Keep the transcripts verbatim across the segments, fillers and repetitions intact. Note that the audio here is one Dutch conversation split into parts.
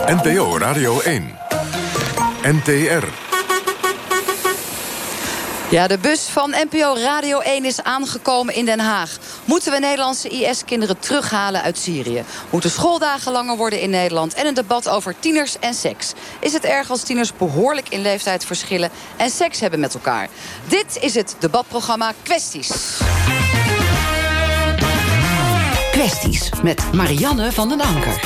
N P O Radio één. N T R. Ja, de bus van N P O Radio één is aangekomen in Den Haag. Moeten we Nederlandse I S-kinderen terughalen uit Syrië? Moeten schooldagen langer worden in Nederland? En een debat over tieners en seks. Is het erg als tieners behoorlijk in leeftijd verschillen en seks hebben met elkaar? Dit is het debatprogramma Kwesties. Kwesties met Marianne van den Anker.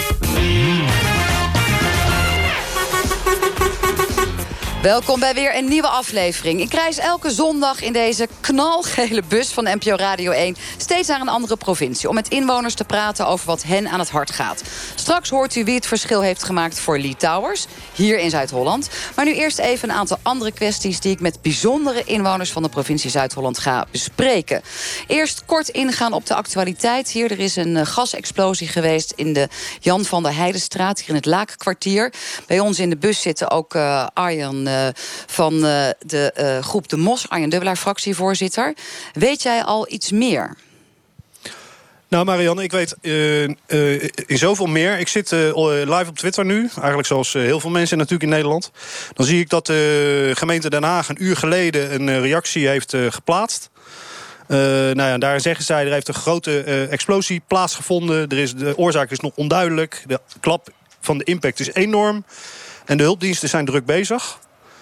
Welkom bij weer een nieuwe aflevering. Ik reis elke zondag in deze knalgele bus van N P O Radio één... steeds naar een andere provincie... om met inwoners te praten over wat hen aan het hart gaat. Straks hoort u wie het verschil heeft gemaakt voor Lee Towers... hier in Zuid-Holland. Maar nu eerst even een aantal andere kwesties... die ik met bijzondere inwoners van de provincie Zuid-Holland ga bespreken. Eerst kort ingaan op de actualiteit. Hier er is een gasexplosie geweest in de Jan van der Heidenstraat... hier in het Laakkwartier. Bij ons in de bus zitten ook uh, Arjan... Uh, van uh, de uh, groep De Mos, Arjen Dubbelaar, fractievoorzitter. Weet jij al iets meer? Nou, Marianne, ik weet uh, uh, in zoveel meer. Ik zit uh, live op Twitter nu, eigenlijk zoals uh, heel veel mensen natuurlijk in Nederland. Dan zie ik dat de gemeente Den Haag een uur geleden een uh, reactie heeft uh, geplaatst. Uh, nou ja, daar zeggen zij, er heeft een grote uh, explosie plaatsgevonden. Er is, de oorzaak is nog onduidelijk. De klap van de impact is enorm. En de hulpdiensten zijn druk bezig.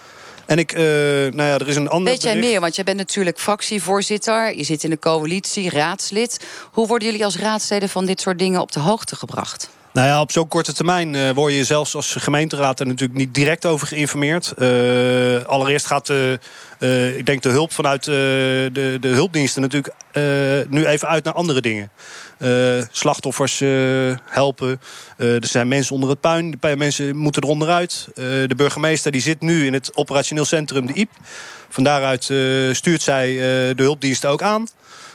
En ik, uh, nou ja, er is een ander Weet jij bericht. meer? Want jij bent natuurlijk fractievoorzitter. Je zit in de coalitie, raadslid. Hoe worden jullie als raadsleden van dit soort dingen op de hoogte gebracht? Nou ja, op zo'n korte termijn uh, word je zelfs als gemeenteraad er natuurlijk niet direct over geïnformeerd. Uh, allereerst gaat de, uh, ik denk de hulp vanuit uh, de, de hulpdiensten natuurlijk uh, nu even uit naar andere dingen. Uh, slachtoffers uh, helpen. Uh, er zijn mensen onder het puin. De mensen moeten er onderuit. Uh, de burgemeester die zit nu in het operationeel centrum, de I P. Van daaruit uh, stuurt zij uh, de hulpdiensten ook aan.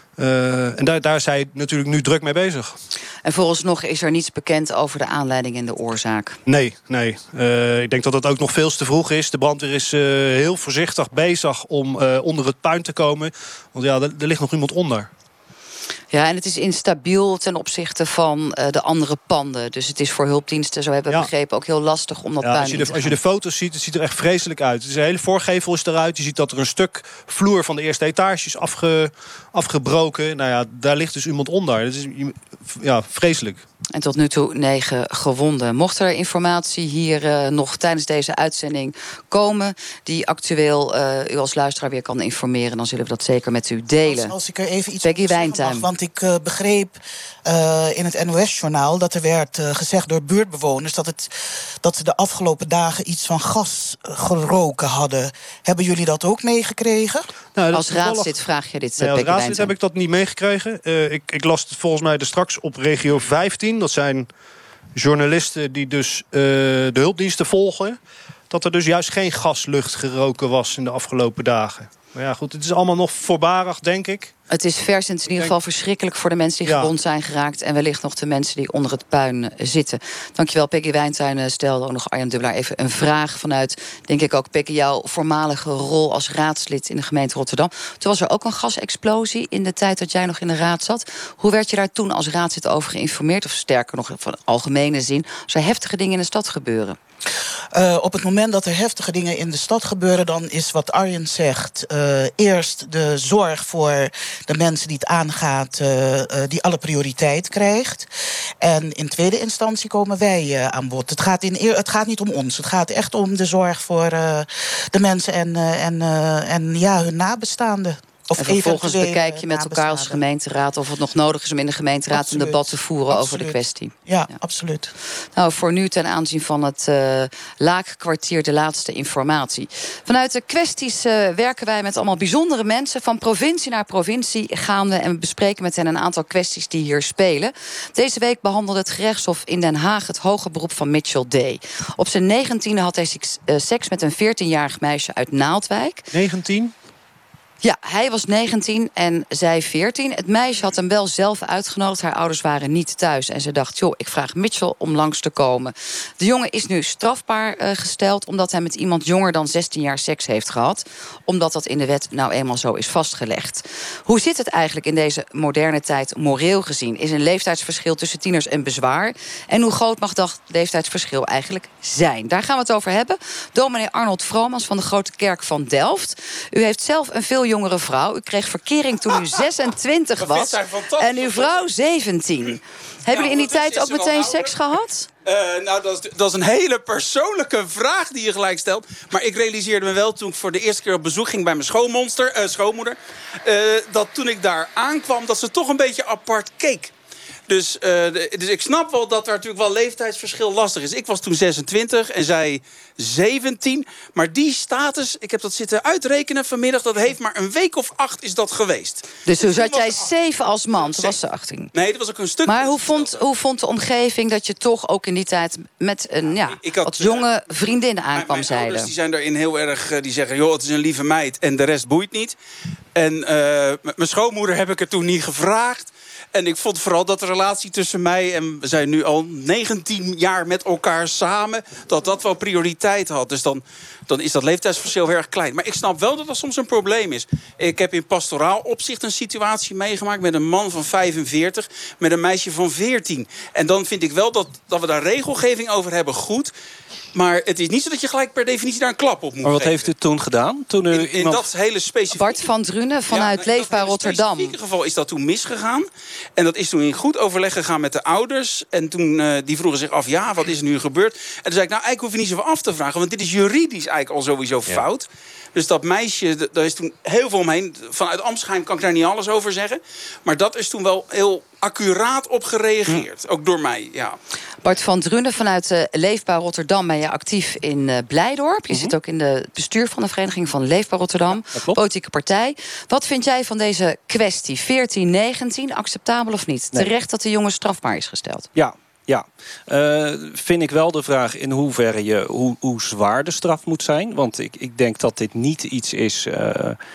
Uh, en daar, daar is hij natuurlijk nu druk mee bezig. En vooralsnog is er niets bekend over de aanleiding en de oorzaak? Nee, nee. Uh, ik denk dat het ook nog veel te vroeg is. De brandweer is uh, heel voorzichtig bezig om uh, onder het puin te komen. Want ja, er, er ligt nog iemand onder. Ja, en het is instabiel ten opzichte van uh, de andere panden. Dus het is voor hulpdiensten, zo hebben we ja. begrepen, ook heel lastig om dat ja, puin als je in de, te Als je de foto's ziet, het ziet er echt vreselijk uit. Dus de hele voorgevel is eruit. Je ziet dat er een stuk vloer van de eerste etage is afge, afgebroken. Nou ja, daar ligt dus iemand onder. Dat is ja, vreselijk. En tot nu toe negen gewonden. Mocht er informatie hier uh, nog tijdens deze uitzending komen... die actueel uh, u als luisteraar weer kan informeren... dan zullen we dat zeker met u delen. Als, als ik er even iets Peggy Wijntuin. Want ik uh, begreep uh, in het N O S-journaal... dat er werd uh, gezegd door buurtbewoners... Dat, het, dat ze de afgelopen dagen iets van gas geroken hadden. Hebben jullie dat ook meegekregen? Nou, als raadslid vraag je dit, nee, uh, als raadslid heb ik dat niet meegekregen. Uh, ik, ik las het volgens mij er straks op regio vijftien... dat zijn journalisten die dus uh, de hulpdiensten volgen... dat er dus juist geen gaslucht geroken was in de afgelopen dagen. Maar ja, goed, het is allemaal nog voorbarig, denk ik. Het is vers en het is in ieder geval verschrikkelijk voor de mensen die ja. gewond zijn geraakt... en wellicht nog de mensen die onder het puin zitten. Dankjewel, Peggy Wijntuin. Stelde ook nog Arjen Dubbelaar even een vraag vanuit... denk ik ook, Peggy, jouw voormalige rol als raadslid in de gemeente Rotterdam. Toen was er ook een gasexplosie in de tijd dat jij nog in de raad zat. Hoe werd je daar toen als raadslid over geïnformeerd? Of sterker nog, van algemene zin, als er heftige dingen in de stad gebeuren? Uh, op het moment dat er heftige dingen in de stad gebeuren... dan is wat Arjen zegt... Uh, eerst de zorg voor de mensen die het aangaat... Uh, uh, die alle prioriteit krijgt. En in tweede instantie komen wij uh, aan bod. Het gaat, in, het gaat niet om ons. Het gaat echt om de zorg voor uh, de mensen en, uh, en, uh, en ja, hun nabestaanden. Of en vervolgens bekijk je met elkaar als gemeenteraad... of het nog nodig is om in de gemeenteraad absoluut. een debat te voeren absoluut. over de kwestie. Ja, ja, absoluut. Nou, voor nu ten aanzien van het uh, Laakkwartier de laatste informatie. Vanuit de kwesties uh, werken wij met allemaal bijzondere mensen. Van provincie naar provincie gaan we en we bespreken met hen een aantal kwesties die hier spelen. Deze week behandelde het gerechtshof in Den Haag het hoger beroep van Mitchell D. Op zijn negentiende had hij seks met een veertienjarig meisje uit Naaldwijk. negentien? Ja, hij was negentien en zij veertien. Het meisje had hem wel zelf uitgenodigd. Haar ouders waren niet thuis. En ze dacht, joh, ik vraag Mitchell om langs te komen. De jongen is nu strafbaar uh, gesteld... omdat hij met iemand jonger dan zestien jaar seks heeft gehad. Omdat dat in de wet nou eenmaal zo is vastgelegd. Hoe zit het eigenlijk in deze moderne tijd moreel gezien? Is een leeftijdsverschil tussen tieners een bezwaar? En hoe groot mag dat leeftijdsverschil eigenlijk zijn? Daar gaan we het over hebben. Dominee Arnold Vromans van de Grote Kerk van Delft. U heeft zelf een veel jongere vrouw. U kreeg verkering toen u zesentwintig was. En uw vrouw zeventien. Hebben jullie in die tijd ook meteen seks gehad? Uh, nou, dat is, dat is een hele persoonlijke vraag die je gelijk stelt. Maar ik realiseerde me wel toen ik voor de eerste keer op bezoek ging... bij mijn schoonmonster, uh, schoonmoeder... Uh, dat toen ik daar aankwam, dat ze toch een beetje apart keek. Dus, uh, de, dus ik snap wel dat er natuurlijk wel leeftijdsverschil lastig is. Ik was toen zesentwintig en zij zeventien. Maar die status, ik heb dat zitten uitrekenen vanmiddag... dat heeft maar een week of acht is dat geweest. Dus toen zat jij zeven als man, toen was ze achttien. Nee, dat was ook een stuk... Maar hoe vond, hoe vond de omgeving dat je toch ook in die tijd... met een ja, ik had, wat jonge vriendin aankwam, mijn zeiden? Ouders, die zijn daarin heel erg... die zeggen, joh, het is een lieve meid en de rest boeit niet. En uh, mijn schoonmoeder heb ik het toen niet gevraagd. En ik vond vooral dat de relatie tussen mij... en we zijn nu al negentien jaar met elkaar samen... dat dat wel prioriteit had. Dus dan, dan is dat leeftijdsverschil heel erg klein. Maar ik snap wel dat dat soms een probleem is. Ik heb in pastoraal opzicht een situatie meegemaakt... met een man van vijfenveertig, met een meisje van veertien. En dan vind ik wel dat, dat we daar regelgeving over hebben, goed... Maar het is niet zo dat je gelijk per definitie daar een klap op moet Maar wat geven. heeft u toen gedaan? Toen u in, in iemand... dat hele specifieke... Bart van Drunen vanuit ja, Leefbaar Rotterdam. In ieder geval is dat toen misgegaan. En dat is toen in goed overleg gegaan met de ouders. En toen uh, die vroegen zich af, ja, wat is er nu gebeurd? En toen zei ik, nou, eigenlijk hoef je niet zoveel af te vragen. Want dit is juridisch eigenlijk al sowieso ja. fout. Dus dat meisje, daar is toen heel veel omheen. Vanuit Amsgeheim kan ik daar niet alles over zeggen. Maar dat is toen wel heel accuraat op gereageerd. Hm. Ook door mij, ja. Bart van Drunen, vanuit uh, Leefbaar Rotterdam ben je actief in uh, Blijdorp. Je mm-hmm. zit ook in het bestuur van de Vereniging van Leefbaar Rotterdam. Ja, politieke partij. Wat vind jij van deze kwestie? veertien, negentien, acceptabel of niet? Nee. Terecht dat de jongen strafbaar is gesteld. Ja. Ja, uh, vind ik wel de vraag in hoeverre je, hoe, hoe zwaar de straf moet zijn. Want ik, ik denk dat dit niet iets is... Uh,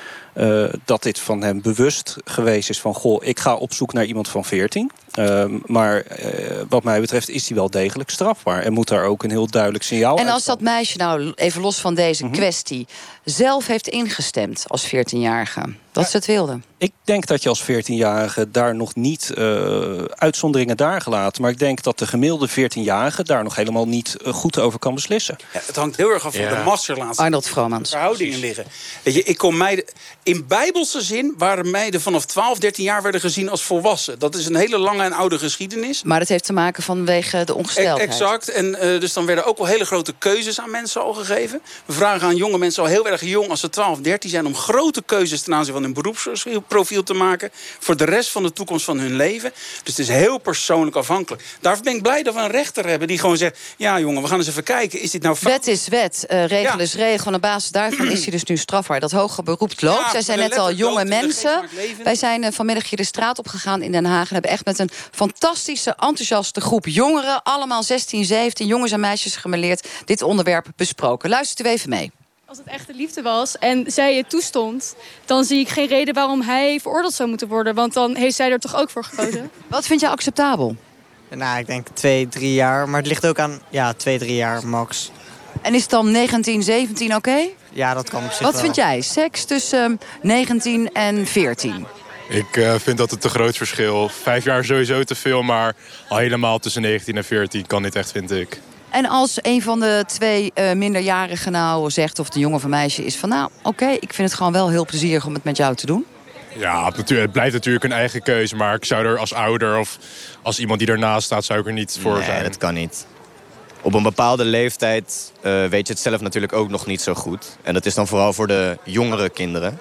Uh, dat dit van hem bewust geweest is van... goh, ik ga op zoek naar iemand van veertien. Uh, maar uh, wat mij betreft is hij wel degelijk strafbaar. En moet daar ook een heel duidelijk signaal En als uitstaan. dat meisje nou, even los van deze mm-hmm. kwestie... zelf heeft ingestemd als veertienjarige, dat ja, ze het wilde? Ik denk dat je als veertienjarige daar nog niet... Uh, uitzonderingen daar gelaten. Maar ik denk dat de gemiddelde veertienjarige... daar nog helemaal niet uh, goed over kan beslissen. Ja, het hangt heel erg af van ja. de masserlatie. Arnold Vromans. Verhoudingen liggen. Weet je, ik kom meiden... In bijbelse zin waren meiden vanaf twaalf, dertien jaar werden gezien als volwassen. Dat is een hele lange en oude geschiedenis. Maar dat heeft te maken vanwege de ongesteldheid. Exact. En uh, dus dan werden ook wel hele grote keuzes aan mensen al gegeven. We vragen aan jonge mensen al heel erg jong, als ze twaalf, dertien zijn... om grote keuzes ten aanzien van hun beroepsprofiel te maken... voor de rest van de toekomst van hun leven. Dus het is heel persoonlijk afhankelijk. Daarvoor ben ik blij dat we een rechter hebben die gewoon zegt... ja jongen, we gaan eens even kijken, is dit nou fout? Wet is wet, uh, regel ja. is regel. En op basis daarvan is hij dus nu strafbaar. Dat hoge beroep loopt. Ja, Zij zijn net al jonge mensen. Wij zijn uh, vanmiddag hier de straat op gegaan in Den Haag... en hebben echt met een fantastische, enthousiaste groep jongeren... allemaal zestien, zeventien jongens en meisjes gemêleerd... dit onderwerp besproken. Luistert u even mee. Als het echte liefde was en zij het toestond... dan zie ik geen reden waarom hij veroordeeld zou moeten worden. Want dan heeft zij er toch ook voor gekozen. Wat vind je acceptabel? Nou, ik denk twee, drie jaar. Maar het ligt ook aan, ja, twee, drie jaar max. En is het dan negentien, zeventien oké? Okay? Ja, dat kan op zich Wat wel. vind jij? Seks tussen um, negentien en veertien? Ik uh, vind dat het een groot verschil. Vijf jaar sowieso te veel, maar al helemaal tussen negentien en veertien kan dit echt, vind ik. En als een van de twee uh, minderjarigen nou zegt, of de jongen of een meisje is van... nou, oké, okay, ik vind het gewoon wel heel plezierig om het met jou te doen. Ja, het blijft natuurlijk een eigen keuze, maar ik zou er als ouder of als iemand die ernaast staat, zou ik er niet voor nee, zijn. Nee, dat kan niet. Op een bepaalde leeftijd uh, weet je het zelf natuurlijk ook nog niet zo goed. En dat is dan vooral voor de jongere kinderen.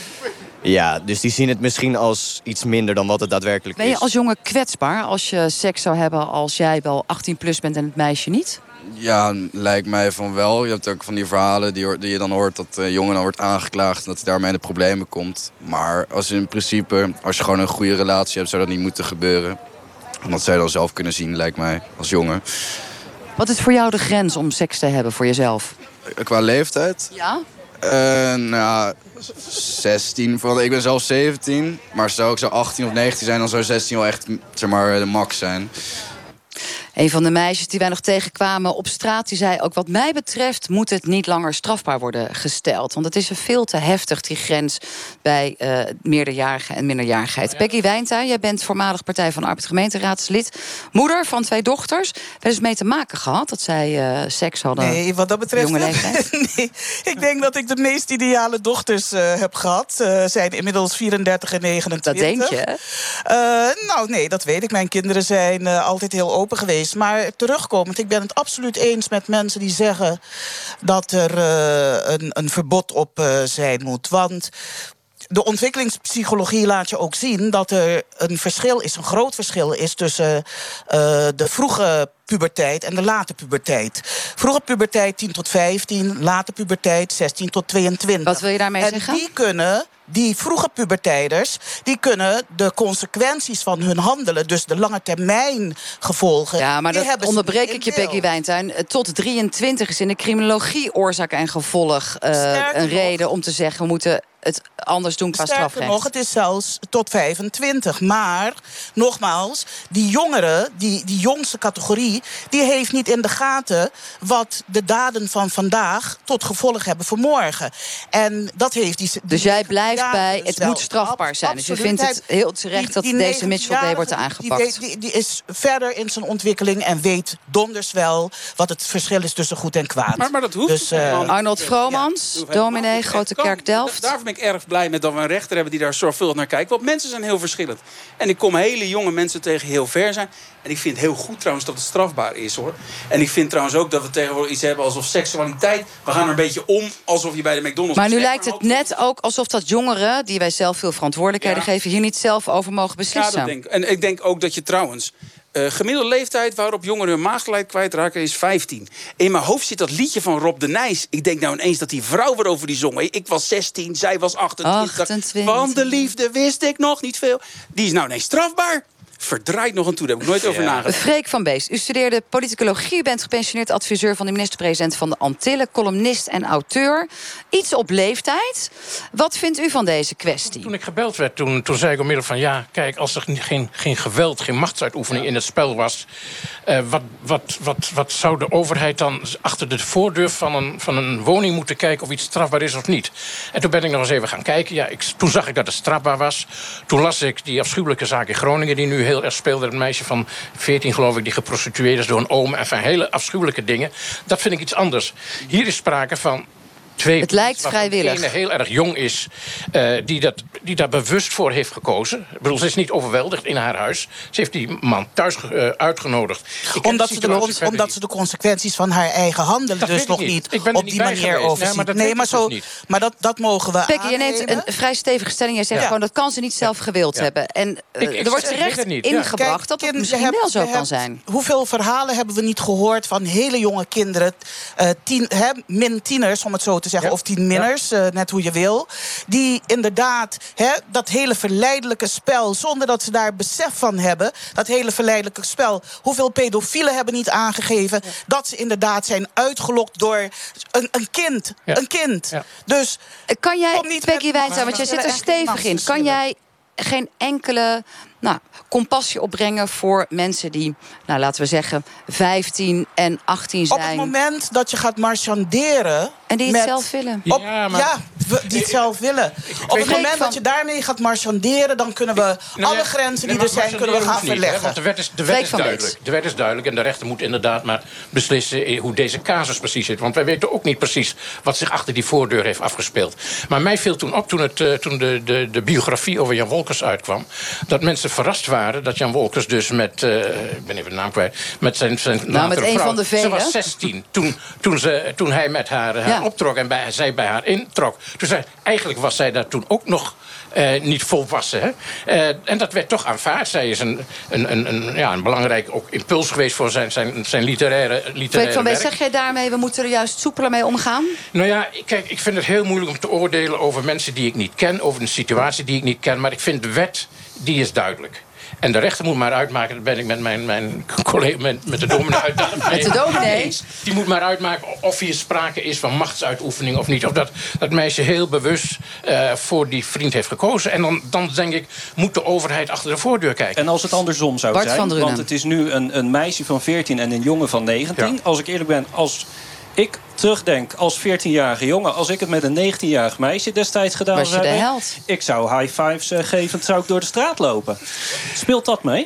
Ja, dus die zien het misschien als iets minder dan wat het daadwerkelijk is. Ben je als jongen kwetsbaar als je seks zou hebben als jij wel achttien plus bent en het meisje niet? Ja, lijkt mij van wel. Je hebt ook van die verhalen die, die je dan hoort dat de jongen dan wordt aangeklaagd en dat hij daarmee in de problemen komt. Maar als in principe, als je gewoon een goede relatie hebt, zou dat niet moeten gebeuren. En dat zou je dan zelf kunnen zien, lijkt mij, als jongen. Wat is voor jou de grens om seks te hebben voor jezelf? Qua leeftijd? Ja. Uh, nou, zestien. Ik ben zelf zeventien. Maar zou ik zo achttien of negentien zijn, dan zou zestien wel echt, zeg maar, de max zijn. Een van de meisjes die wij nog tegenkwamen op straat, die zei ook: wat mij betreft moet het niet langer strafbaar worden gesteld. Want het is veel te heftig, die grens bij uh, meerderjarigen en minderjarigheid. Ja. Peggy Wijntuin, jij bent voormalig Partij van de Arbeid gemeenteraadslid. Moeder van twee dochters. Wel eens mee te maken gehad dat zij uh, seks hadden? Nee, wat dat betreft. Jonge leeftijd? Nee, ik denk dat ik de meest ideale dochters uh, heb gehad. Ze uh, zijn inmiddels vierendertig en negenentwintig. Dat denk je? Uh, nou, nee, dat weet ik. Mijn kinderen zijn uh, altijd heel open geweest. Maar terugkomend, ik ben het absoluut eens met mensen die zeggen dat er uh, een, een verbod op uh, zijn moet. Want de ontwikkelingspsychologie laat je ook zien dat er een verschil is, een groot verschil is tussen uh, de vroege puberteit en de late puberteit. Vroege puberteit tien tot vijftien, late puberteit zestien tot tweeëntwintig. Wat wil je daarmee en zeggen? Die kunnen, die vroege pubertijders, die kunnen de consequenties van hun handelen, dus de lange termijn gevolgen. Ja, maar dat onderbreek ik je, Peggy beeld. Wijntuin. Tot drieëntwintig is in de criminologie oorzaak en gevolg uh, een reden om te zeggen we moeten het anders doen qua Sterker strafrecht. nog, het is zelfs tot vijfentwintig. Maar, nogmaals, die jongeren, die, die jongste categorie, die heeft niet in de gaten wat de daden van vandaag tot gevolg hebben voor morgen. En dat heeft die, die dus jij blijft bij, het wel, moet strafbaar zijn. Dus je vindt het heel terecht dat die, die deze Mitchell Day wordt aangepakt. Die, weet, die, die is verder in zijn ontwikkeling en weet donders wel wat het verschil is tussen goed en kwaad. Maar, maar dat hoeft dus, uh, Arnold Vromans, ja. dominee, Grote Kerk Delft. Daarvoor ben ik erg blij met dat we een rechter hebben die daar zorgvuldig naar kijkt. Want mensen zijn heel verschillend. En ik kom hele jonge mensen tegen heel ver zijn. En ik vind het heel goed trouwens dat het strafbaar is, hoor. En ik vind trouwens ook dat we tegenwoordig iets hebben alsof seksualiteit, we gaan er een beetje om alsof je bij de McDonald's... Maar nu lijkt het net ook alsof dat jongeren, die wij zelf veel verantwoordelijkheden ja. geven, hier niet zelf over mogen beslissen. Ja, dat denk ik. En ik denk ook dat je trouwens Uh, gemiddelde leeftijd waarop jongeren hun maagdelijkheid kwijtraken is vijftien. In mijn hoofd zit dat liedje van Rob de Nijs. Ik denk nou ineens dat die vrouw waarover die zong. Ik was zestien, zij was achtentwintig. achtentwintig. Van de liefde wist ik nog niet veel. Die is nou ineens strafbaar. Verdraait nog een toe, daar heb ik nooit ja. over nagedacht. Freek van Beest, u studeerde politicologie. U bent gepensioneerd adviseur van de minister-president van de Antillen, columnist en auteur. Iets op leeftijd. Wat vindt u van deze kwestie? Toen ik gebeld werd, toen, toen zei ik onmiddellijk van ja, kijk, als er geen, geen geweld, geen machtsuitoefening ja. in het spel was, uh, wat, wat, wat, wat zou de overheid dan achter de voordeur van een, van een woning moeten kijken of iets strafbaar is of niet? En toen ben ik nog eens even gaan kijken. Ja, ik, toen zag ik dat het strafbaar was. Toen las ik die afschuwelijke zaak in Groningen die nu heel erg speelde. Een meisje van veertien, geloof ik, die geprostitueerd is door een oom. En van hele afschuwelijke dingen. Dat vind ik iets anders. Hier is sprake van twee... Het lijkt vrijwillig. De ene heel erg jong is, uh, die, dat, die daar bewust voor heeft gekozen. Ik bedoel, ze is niet overweldigd in haar huis. Ze heeft die man thuis uh, uitgenodigd. Omdat, de ze de, omdat ze de consequenties van haar eigen handelen dat dus nog niet, niet ik ben op die manier overzien. Ja, maar dat, nee, maar, zo, dus maar dat, dat mogen we Peggy, je neemt een vrij stevige stelling. Jij zegt ja. gewoon, dat kan ze niet zelf ja. gewild ja. hebben. En uh, ik, ik, er wordt terecht ingebracht ja. Kijk, dat het misschien heb, wel zo kan zijn. Hoeveel verhalen hebben we niet gehoord van hele jonge kinderen, uh, tien, he, min tieners, om het zo te zeggen, ja. of tien minners, ja. uh, net hoe je wil, die inderdaad he, dat hele verleidelijke spel, zonder dat ze daar besef van hebben, dat hele verleidelijke spel, hoeveel pedofielen hebben niet aangegeven ja. dat ze inderdaad zijn uitgelokt door een, een kind. Ja. Een kind. Ja. Dus kan jij, Peggy Wijntuin, want jij zit er stevig in, kan jij geen enkele nou, compassie opbrengen voor mensen die, nou, laten we zeggen, vijftien en achttien zijn? Op het moment dat je gaat marchanderen en die het met, zelf willen. Op, ja, maar, ja, die het zelf willen. Op het moment van, dat je daarmee gaat marchanderen, dan kunnen we nou, alle ja, grenzen die er zijn, kunnen we gaan niet, verleggen. Hè, want de wet is, de wet is duidelijk. De wet is duidelijk en de rechter moet inderdaad maar beslissen hoe deze casus precies zit. Want wij weten ook niet precies wat zich achter die voordeur heeft afgespeeld. Maar mij viel toen op, toen, het, uh, toen de, de, de biografie over Jan Wolkers uitkwam, dat mensen verrast waren dat Jan Wolkers dus met, uh, ik ben even de naam kwijt, met zijn, zijn nou, met een vrouw, van de vele. Ze was zestien toen, toen, ze, toen hij met haar, haar ja. optrok en bij, zij bij haar introk. Toen zei, eigenlijk was zij daar toen ook nog Uh, niet volwassen. Hè? Uh, en dat werd toch aanvaard. Zij is een, een, een, een, ja, een belangrijk ook impuls geweest voor zijn, zijn, zijn literaire, literaire van werk. Zeg jij daarmee, we moeten er juist soepeler mee omgaan? Nou ja, kijk, ik vind het heel moeilijk om te oordelen over mensen die ik niet ken, over een situatie die ik niet ken. Maar ik vind de wet, die is duidelijk. En de rechter moet maar uitmaken, dat ben ik met mijn, mijn collega, met, met de dominee uit. Met de dominee? Die moet maar uitmaken of hier sprake is van machtsuitoefening of niet. Of dat dat meisje heel bewust uh, voor die vriend heeft gekozen. En dan, dan denk ik, moet de overheid achter de voordeur kijken. En als het andersom zou Bart zijn, van Drunen. want het is nu een, een meisje van veertien en een jongen van negentien. Ja. Als ik eerlijk ben, als ik terugdenk als veertienjarige jongen, als ik het met een negentienjarig meisje destijds gedaan Was je zou de hebben, held? ik zou high fives uh, geven, zou ik door de straat lopen. Speelt dat mee?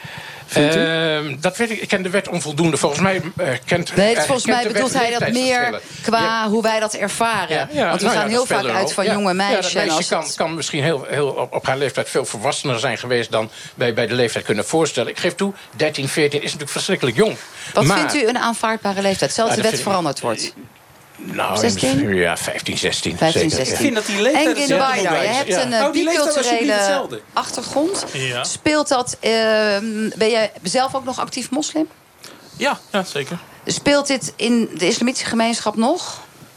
Uh, dat weet ik, ik ken de wet onvoldoende. Volgens mij uh, kent... Nee, uh, volgens kent mij de bedoelt wet hij dat meer leeftijdsverschillen. qua Ja. hoe wij dat ervaren. Ja, ja, Want we nou gaan ja, heel dat vaak speelt er uit ook. van Ja. jonge meisjes. Ja, dat meisje en als kan, het... kan misschien heel, heel op, op haar leeftijd veel volwassener zijn geweest dan wij bij de leeftijd kunnen voorstellen. Ik geef toe, dertien, veertien is natuurlijk verschrikkelijk jong. Wat maar, vindt u een aanvaardbare leeftijd? Stel dat Ja, de dat wet vind ik- veranderd wordt. Nou, zestien? Ja, vijftien, zestien. vijftien, zeker. zestien. Ik vind dat die leeftijd Engin hetzelfde moet Baydar, je blijven. hebt Ja. een uh, Hou die leeftijd alsjeblieft biculturele hetzelfde. achtergrond. Ja. Speelt dat... Uh, ben jij zelf ook nog actief moslim? Ja, ja, zeker. Speelt dit in de islamitische gemeenschap nog?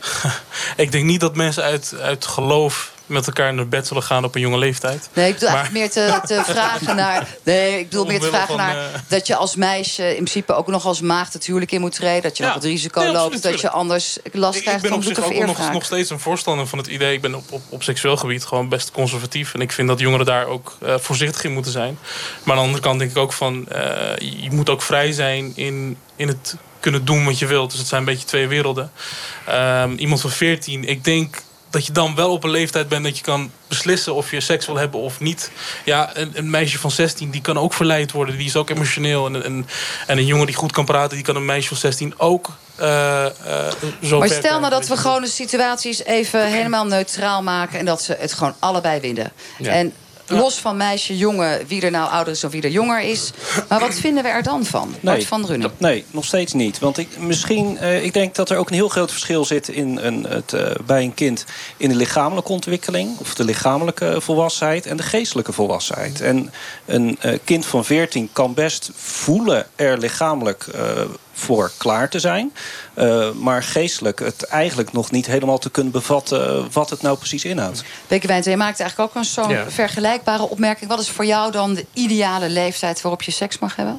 Ik denk niet dat mensen uit, uit geloof met elkaar naar bed zullen gaan op een jonge leeftijd. Nee, ik bedoel Maar- eigenlijk meer te, te vragen naar... Nee, ik bedoel meer te Omwille vragen van, naar... uh, dat je als meisje in principe ook nog als maagd het huwelijk in moet treden. Dat je Ja. nog het risico Nee, loopt absoluut, dat je tuurlijk. anders last Ik, ik krijgt ben van op zich boete ook nog, verweervraag. nog steeds een voorstander van het idee. Ik ben op, op, op seksueel gebied gewoon best conservatief. En ik vind dat jongeren daar ook uh, voorzichtig in moeten zijn. Maar aan de andere kant denk ik ook van... Uh, je moet ook vrij zijn in, in het kunnen doen wat je wilt. Dus het zijn een beetje twee werelden. Um, iemand van veertien, ik denk... dat je dan wel op een leeftijd bent dat je kan beslissen of je seks wil hebben of niet. Ja, een, een meisje van zestien, die kan ook verleid worden. Die is ook emotioneel. En, en, en een jongen die goed kan praten, die kan een meisje van zestien ook uh, uh, zo Maar ver stel nou krijgen. dat we gewoon de situaties even helemaal neutraal maken... en dat ze het gewoon allebei winnen. Ja. En los van meisje, jongen, wie er nou ouder is of wie er jonger is. Maar wat vinden we er dan van? Bart van Drunen. Nee, nog steeds niet. Want ik, misschien, uh, ik denk dat er ook een heel groot verschil zit in een, het, uh, bij een kind in de lichamelijke ontwikkeling, of de lichamelijke volwassenheid en de geestelijke volwassenheid. En een uh, kind van veertien kan best voelen er lichamelijk uh, voor klaar te zijn. Uh, maar geestelijk het eigenlijk nog niet helemaal te kunnen bevatten wat het nou precies inhoudt. Beke Wijnten, je maakt eigenlijk ook een zo'n Ja. vergelijkbare opmerking. Wat is voor jou dan de ideale leeftijd waarop je seks mag hebben?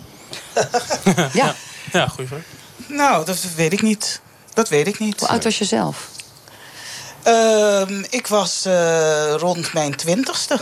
Ja. Ja, goeie vraag. Nou, dat weet ik niet. Dat weet ik niet. Hoe oud was je zelf? Uh, ik was uh, rond mijn twintigste.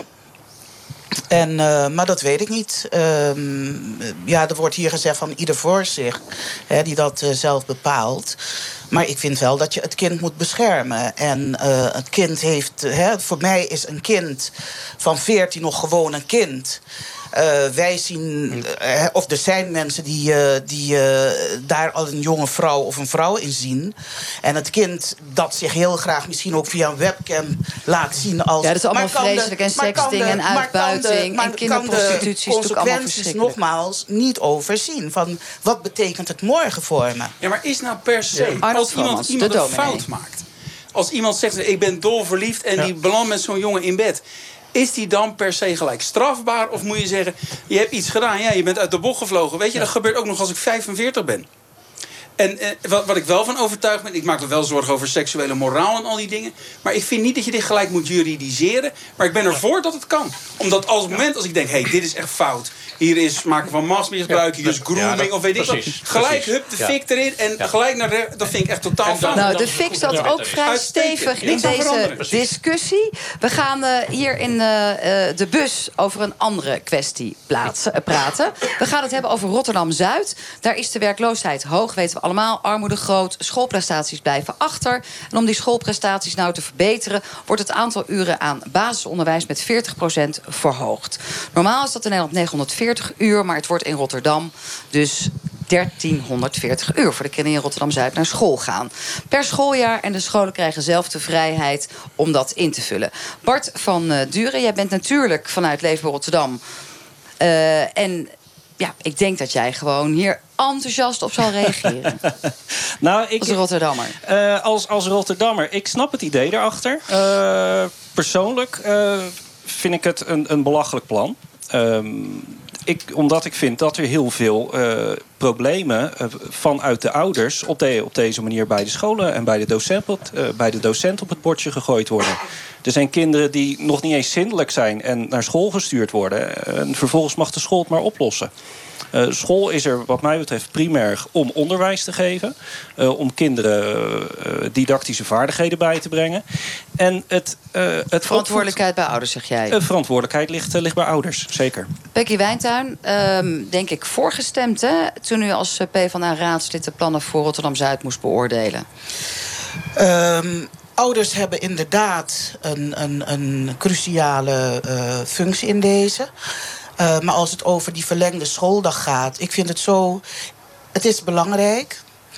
En, uh, maar dat weet ik niet. Uh, ja, er wordt hier gezegd van ieder voor zich, hè, die dat uh, zelf bepaalt. Maar ik vind wel dat je het kind moet beschermen. En uh, het kind heeft... Hè, voor mij is een kind van veertien nog gewoon een kind. Uh, wij zien... Uh, of er zijn mensen die, uh, die uh, daar al een jonge vrouw of een vrouw in zien. En het kind dat zich heel graag misschien ook via een webcam laat zien als... Ja, dat is allemaal maar kan de- vreselijk. En maar kan sexting de- en maar kan de- uitbuiting maar en kan kinderprostitutie is de natuurlijk allemaal consequenties verschrikkelijk. nogmaals niet overzien. Van wat betekent het morgen voor me? Ja, maar is nou per se, Ja. Arnold als iemand, Vromans, iemand de een dominee. fout maakt... als iemand zegt, ik ben dolverliefd en die belandt met zo'n jongen in bed... is die dan per se gelijk strafbaar? Of moet je zeggen, je hebt iets gedaan, ja, je bent uit de bocht gevlogen. Weet je, dat gebeurt ook nog als ik vijfenveertig ben. En eh, wat, wat ik wel van overtuigd ben... ik maak me wel zorgen over seksuele moraal en al die dingen... maar ik vind niet dat je dit gelijk moet juridiseren... maar ik ben ervoor dat het kan. Omdat als het moment als ik denk, hé, hey, dit is echt fout... hier is maken van machtsmisbruik, hier is grooming... Ja, dat- of weet ik wat, precies, gelijk precies. hup de Ja. fik erin... en Ja. gelijk naar de... dat vind ik echt totaal fout. Nou, de fik zat ook vrij stevig in deze discussie. We gaan uh, hier in uh, uh, de bus over een andere kwestie plaatsen, uh, praten. We gaan het hebben over Rotterdam-Zuid. Daar is de werkloosheid hoog, weten we allemaal. Armoede groot, schoolprestaties blijven achter. En om die schoolprestaties nou te verbeteren... wordt het aantal uren aan basisonderwijs met veertig procent verhoogd. Normaal is dat in Nederland negenhonderdveertig uur... maar het wordt in Rotterdam dus dertienhonderdveertig uur... voor de kinderen in Rotterdam-Zuid naar school gaan. Per schooljaar en de scholen krijgen zelf de vrijheid om dat in te vullen. Bart van uh, Duren, jij bent natuurlijk vanuit Leefbaar Rotterdam. Uh, en ja, ik denk dat jij gewoon hier enthousiast op zal reageren. Nou, ik, als Rotterdammer. Uh, als, als Rotterdammer, ik snap het idee daarachter. Uh, persoonlijk uh, vind ik het een, een belachelijk plan. Um, ik, omdat ik vind dat er heel veel uh, problemen uh, vanuit de ouders op, de, op deze manier bij de scholen en bij de, docent, uh, bij de docent op het bordje gegooid worden. Er zijn kinderen die nog niet eens zindelijk zijn en naar school gestuurd worden. En vervolgens mag de school het maar oplossen. Uh, school is er wat mij betreft primair om onderwijs te geven. Uh, om kinderen uh, didactische vaardigheden bij te brengen. En het, uh, het verantwoordelijkheid opvoed... bij ouders, zeg jij? Uh, verantwoordelijkheid ligt, uh, ligt bij ouders, zeker. Becky Wijntuin, um, denk ik voorgestemd, hè, toen u als PvdA-raadslid de plannen voor Rotterdam-Zuid moest beoordelen. Um... Ouders hebben inderdaad een, een, een cruciale uh, functie in deze. Uh, maar als het over die verlengde schooldag gaat, ik vind het zo. Het is belangrijk.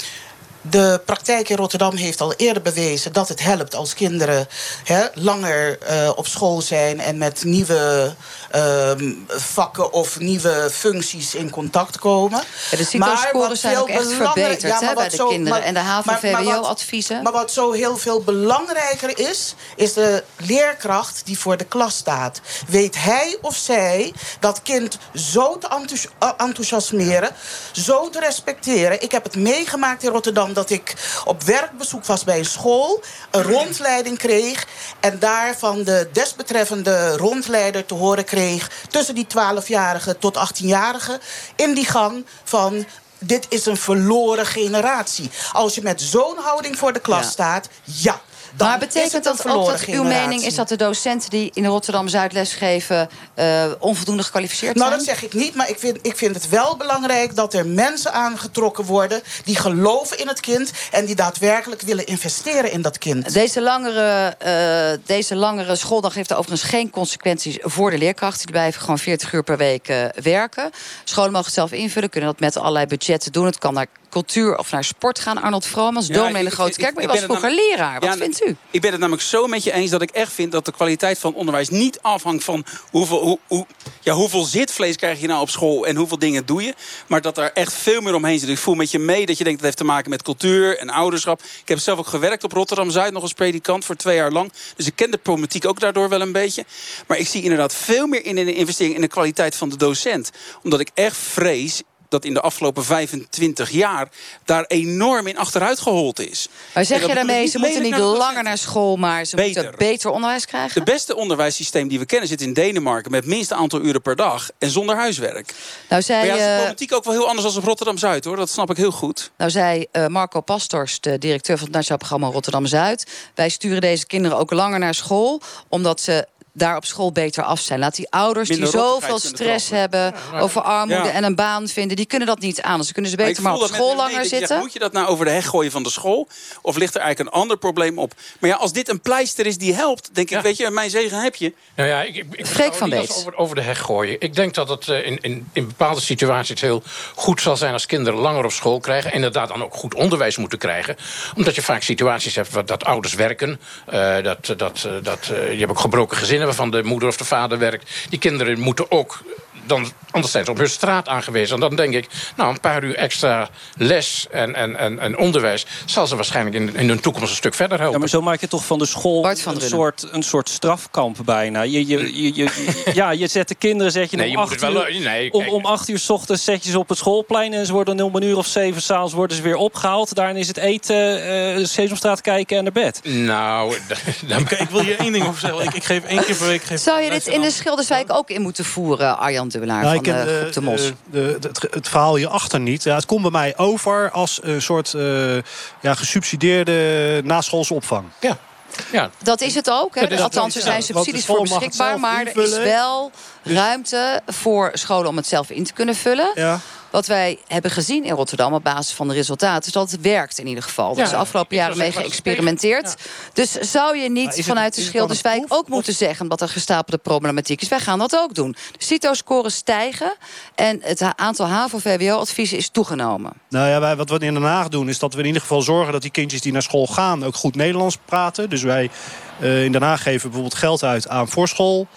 De praktijk in Rotterdam heeft al eerder bewezen dat het helpt als kinderen he, langer uh, op school zijn en met nieuwe uh, vakken of nieuwe functies in contact komen. Ja, de CITO-scores zijn ook echt verbeterd, ja, hè, bij de zo, kinderen. Maar, en de H A V V W O-adviezen. Maar wat zo heel veel belangrijker is, is de leerkracht die voor de klas staat. Weet hij of zij dat kind zo te enthousiasmeren, zo te respecteren. Ik heb het meegemaakt in Rotterdam dat ik op werkbezoek was bij een school, een rondleiding kreeg en daar van de desbetreffende rondleider te horen kreeg tussen die twaalfjarige tot achttienjarige in die gang van: dit is een verloren generatie. Als je met zo'n houding voor de klas ja. staat, ja. Dan maar betekent dat ook dat uw mening is dat de docenten die in Rotterdam-Zuid lesgeven uh, onvoldoende gekwalificeerd zijn? Nou, dat zeg ik niet, maar ik vind, ik vind het wel belangrijk dat er mensen aangetrokken worden die geloven in het kind en die daadwerkelijk willen investeren in dat kind. Deze langere, uh, deze langere schooldag heeft overigens geen consequenties voor de leerkrachten. Die blijven gewoon veertig uur per week uh, werken. Scholen mogen het zelf invullen, kunnen dat met allerlei budgetten doen. Het kan naar cultuur of naar sport gaan. Arnold Vromans, ja, dominee in de Grote Kerk, maar je was vroeger leraar. Wat ja, vindt u? Ik ben het namelijk zo met je eens dat ik echt vind dat de kwaliteit van onderwijs niet afhangt van hoeveel, hoe, hoe, ja, hoeveel zitvlees krijg je nou op school en hoeveel dingen doe je. Maar dat er echt veel meer omheen zit. Ik voel met je mee dat je denkt dat heeft te maken met cultuur en ouderschap. Ik heb zelf ook gewerkt op Rotterdam-Zuid nog als predikant voor twee jaar lang. Dus ik ken de problematiek ook daardoor wel een beetje. Maar ik zie inderdaad veel meer in een investering in de kwaliteit van de docent. Omdat ik echt vrees dat in de afgelopen vijfentwintig jaar daar enorm in achteruit gehold is. Maar zeg je daarmee, ze moeten niet langer naar school, maar ze beter. moeten beter onderwijs krijgen? Het beste onderwijssysteem die we kennen zit in Denemarken met het minste aantal uren per dag en zonder huiswerk. Nou, zei, maar ja, is de uh, politiek ook wel heel anders dan op Rotterdam-Zuid, hoor. Dat snap ik heel goed. Nou zei uh, Marco Pastors, de directeur van het Nationaal Programma Rotterdam-Zuid, wij sturen deze kinderen ook langer naar school, omdat ze daar op school beter af zijn. Laat die ouders Minder die zoveel stress hebben ja, maar, over armoede ja. en een baan vinden, die kunnen dat niet aan. Dus kunnen ze beter maar, maar op school langer zitten. Zegt, moet je dat nou over de heg gooien van de school? Of ligt er eigenlijk een ander probleem op? Maar ja, als dit een pleister is die helpt, denk ik, ja. weet je, mijn zegen heb je. Nou ja, ik, ik, ik Freek van niet over, over de heg gooien. Ik denk dat het uh, in, in, in bepaalde situaties heel goed zal zijn als kinderen langer op school krijgen. En inderdaad dan ook goed onderwijs moeten krijgen. Omdat je vaak situaties hebt waar dat ouders werken. Uh, dat, dat, uh, dat, uh, je hebt ook gebroken gezinnen waarvan de moeder of de vader werkt. Die kinderen moeten ook, dan, anders zijn ze op hun straat aangewezen. En dan denk ik, nou, een paar uur extra les en, en, en, en onderwijs zal ze waarschijnlijk in, in hun toekomst een stuk verder helpen. Ja, maar zo maak je toch van de school van een, soort, een soort strafkamp bijna. Je, je, je, je, ja, je zet de kinderen zet je, nee, je om, acht wel, uur, nee, om, om acht uur 's ochtends zet je ze op het schoolplein en ze worden om een uur of zeven 's avonds worden ze weer opgehaald. Daarin is het eten, uh, Sesamstraat kijken en naar bed. Nou, dan... ik, ik wil hier één ding over zeggen. Ik, ik geef één keer per week. Geef Zou je dit in de Schilderswijk ook in moeten voeren, Arjan Dubbelaar ja, van de uh, Groep de Mos? De, de, de, het, het verhaal hierachter niet. Ja, het komt bij mij over als een soort uh, ja, gesubsidieerde naschoolse opvang. Ja. Ja. Dat is het ook. Hè? Ja, althans, er zijn subsidies voor beschikbaar. Maar er is wel ruimte voor scholen om het zelf in te kunnen vullen. Ja. Wat wij hebben gezien in Rotterdam op basis van de resultaten is dat het werkt in ieder geval. Er ja, is de afgelopen jaren mee geëxperimenteerd. Ja. Dus zou je niet vanuit de Schilderswijk ook moeten zeggen dat er gestapelde problematiek is? Wij gaan dat ook doen. De CITO-scores stijgen en het aantal H A V O V W O-adviezen is toegenomen. Nou ja, wij, wat we in Den Haag doen is dat we in ieder geval zorgen dat die kindjes die naar school gaan ook goed Nederlands praten. Dus wij uh, in Den Haag geven bijvoorbeeld geld uit aan voorschool.